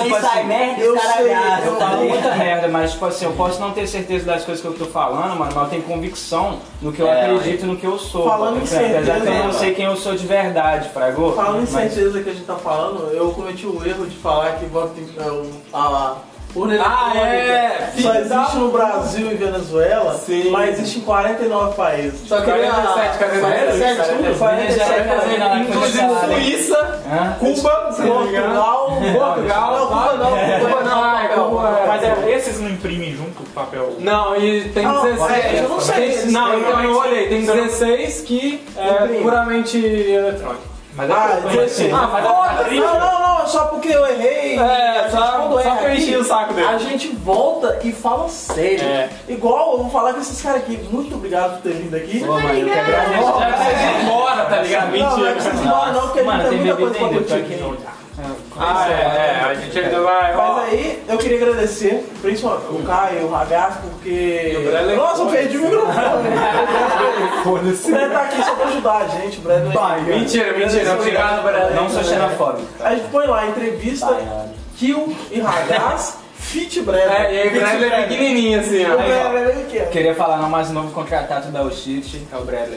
aqui sai merda, eu os caras sei, agarram, Eu tá falo ligado? muita merda, mas tipo assim, eu posso não ter certeza das coisas que eu tô falando, mano, mas eu tenho convicção no que eu acredito e no que eu sou. Falando em Apesar certeza, que eu não mano. sei quem eu sou de verdade, fragou. Falando em Mas- certeza que a gente tá falando, eu cometi o erro de falar que a urna Ah, eletrônica é, só filho da- existe no Brasil e Venezuela, Sim. mas existe em 49 países. Só queria 47 tudo. 47 países. Inclusive Suíça, Hã? Cuba, Portugal, Portugal, Cuba não, Cuba não, Mas esses não imprimem junto o papel? Não, e tem Não, 16. eu não sei se Não, tem, então eu olhei, tem 16 que é Imprime. puramente eletrônico. Mas Ah, é 16. Ah, mas Não, só porque eu errei. É, só Quando erra pra eu encher aqui, o saco dele. A gente volta e fala sério. É. Igual, eu vou falar com esses caras aqui. Muito obrigado por ter vindo aqui. Pô, mano, eu que agradeço. Já vocês ir embora, tá ligado? Não, não é pra vocês ir embora não, porque a Mano, gente tem tem muita coisa bebida pra ainda, curtir tô aqui. aqui. Ah, a gente ainda vai. Mas aí, eu queria agradecer, principalmente o Caio e o Ragazzo, porque... Bradley Nossa, eu foi. perdi o microfone. O Bradley tá aqui só pra ajudar a gente, o Bradley. Mentira, obrigado, Bradley. Não sou xenofóbico. A gente põe lá, entrevista, Kill e Ragazzo, Fit Bradley. É, e aí o Bradley é pequenininho assim, O ó. Bradley o quê? Queria falar não, mas o novo contratado da Oshit é o Bradley.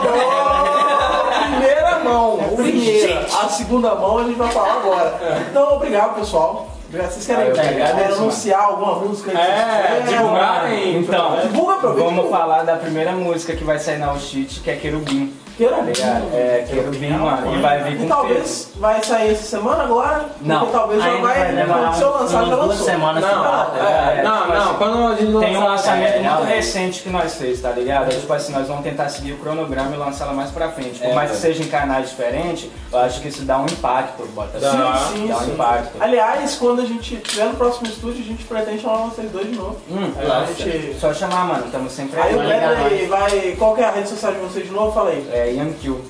Primeira mão, primeira. A segunda mão a gente vai falar agora. Então, obrigado, pessoal. Obrigado. Vocês querem Eu agradeço, anunciar alguma música? Que É, vocês querem? divulgarem. Então, Divulga pra mim. vamos falar da primeira música que vai sair na Oshit, que é Querubim. Querubim. Tá ligado? É, Querubim, mano. E vai vir E com talvez vai sair essa semana agora? Não. Porque talvez já Ainda vai demorar quando o seu lançar, já umas 2 lançou. semanas pra lá, tá ligado? Não, quando a gente Tem um lançar... lançamento muito realmente. recente que nós fez, tá ligado? Tipo assim, nós vamos tentar seguir o cronograma e lançar ela mais pra frente. Por mais que seja em canais diferentes, eu acho que isso dá um impacto, bota assim. Sim, Dá um sim. impacto. Aliás, quando a gente estiver no próximo estúdio, a gente pretende chamar vocês dois de novo. A gente... Só chamar, mano, estamos sempre Aí o aí. Bradley vai... Qual que é a rede social de vocês de novo? Fala aí. É Young Kill.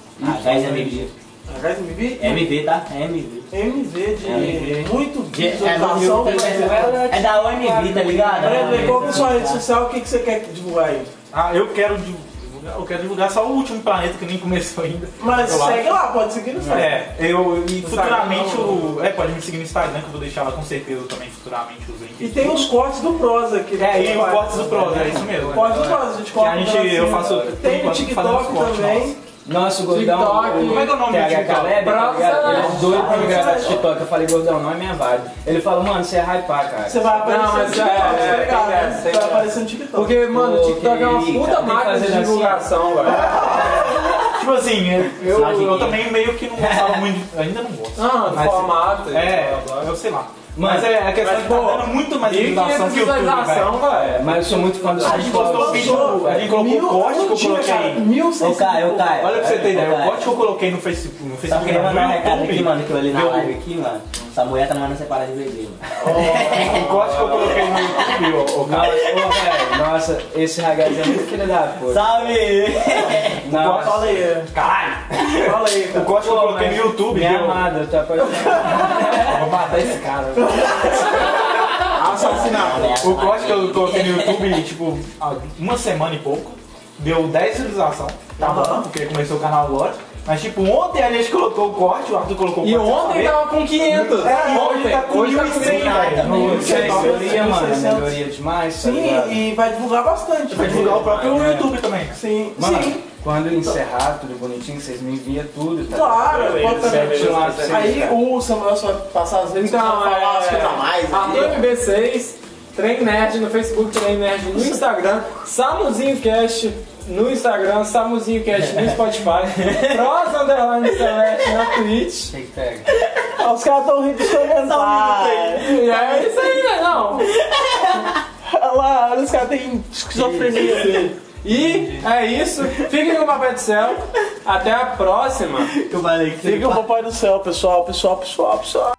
MV. HSMV? MV, tá? MV. MV de MV. muito É visualização. É da OMV, tá ligado? Bradley, qual que é a sua rede social? O que você quer divulgar aí? Ah, eu quero divulgar só o último planeta que nem começou ainda. Mas Eu segue lá, pode seguir no Instagram. E futuramente pode me seguir no Instagram, que eu vou deixar lá com certeza também futuramente os links. E tem os cortes do Prosa aqui. E os cortes do Prosa, é isso mesmo. Cortes do Prosa, a gente corta. Que a gente- eu faço- Tem no fazendo TikTok os cortes também. Nossa, o Gordão. TikTok. Como é que é o nome do TH TikTok? Caleb, tá Prosa. ligado? Ele é doido pra me gravar TikTok. Eu falei, Gordão, não é minha vibe. Ele falou, mano, você é hypar, cara. Você vai aparecer Não, mas no TikTok, tá tem ligado? dessa, Você tem vai dessa. aparecer no TikTok. Porque, mano, o TikTok é uma Pô, puta cara, tem que máquina de fazer assim, divulgação, velho. Tipo assim, eu também meio que não gostava muito, ainda não gosto. Ah, Mas- formato. Eu sei lá. Mas Mas a questão é que tá dando muito mais E visualização que o YouTube, visualização, velho. velho. Mas eu sou muito fã do A gente postou o vídeo, a gente colocou o corte que eu coloquei. 1.600. Ô, Caio, Olha pra você ter ideia, Ô, o Caio. corte que eu coloquei no Facebook, Só queria mandar um recado aqui, YouTube, mano, que eu olhei na Deu- live aqui, mano. Essa mulher tá mandando você parar de beber, mano. o corte que eu coloquei no YouTube, ô Nossa, cara. ô, velho, nossa, esse ragazzo é muito filho da puta. Salve! Não, Fala aí. Caralho! Fala aí, O cara. corte que eu coloquei no YouTube, minha deu... amada, eu tô apaixonado. Eu vou matar esse cara. Assassinato. O corte que eu coloquei no YouTube, tipo, há uma semana e pouco, deu 10 visualizações. Tá bom, porque começou o canal agora. Mas tipo, ontem a gente colocou o corte, o Arthur colocou o E corte. ontem tava com 500. E hoje tá com Hoje tá 1.100, com Isso é velho. melhoria, mano, 1.600. melhoria demais, tá ligado? Sim, e vai divulgar bastante. Vai divulgar o próprio YouTube também. Sim, Mano, sim. quando encerrar tudo bonitinho, vocês me enviam tudo, tá? Claro, pode Sete também. lá pra vocês, Aí cara. o Samuel só vai passar as vezes Então, pra falar as coisas a mais. Arthur MB6, Trem Nerd no Facebook, Trem Nerd no Instagram, Samuzinho Cast no Instagram, Samuzinho Cast no Spotify, Prosa Underline Celeste na Twitch. Quem pega? Os caras tão rindo de comentário. E é isso aí, né? Não. Olha lá, olha, os caras têm esquizofrenia. E é isso. Fiquem com o Papai do Céu. Até a próxima. Eu falei que Fica o Papai do Céu, pessoal.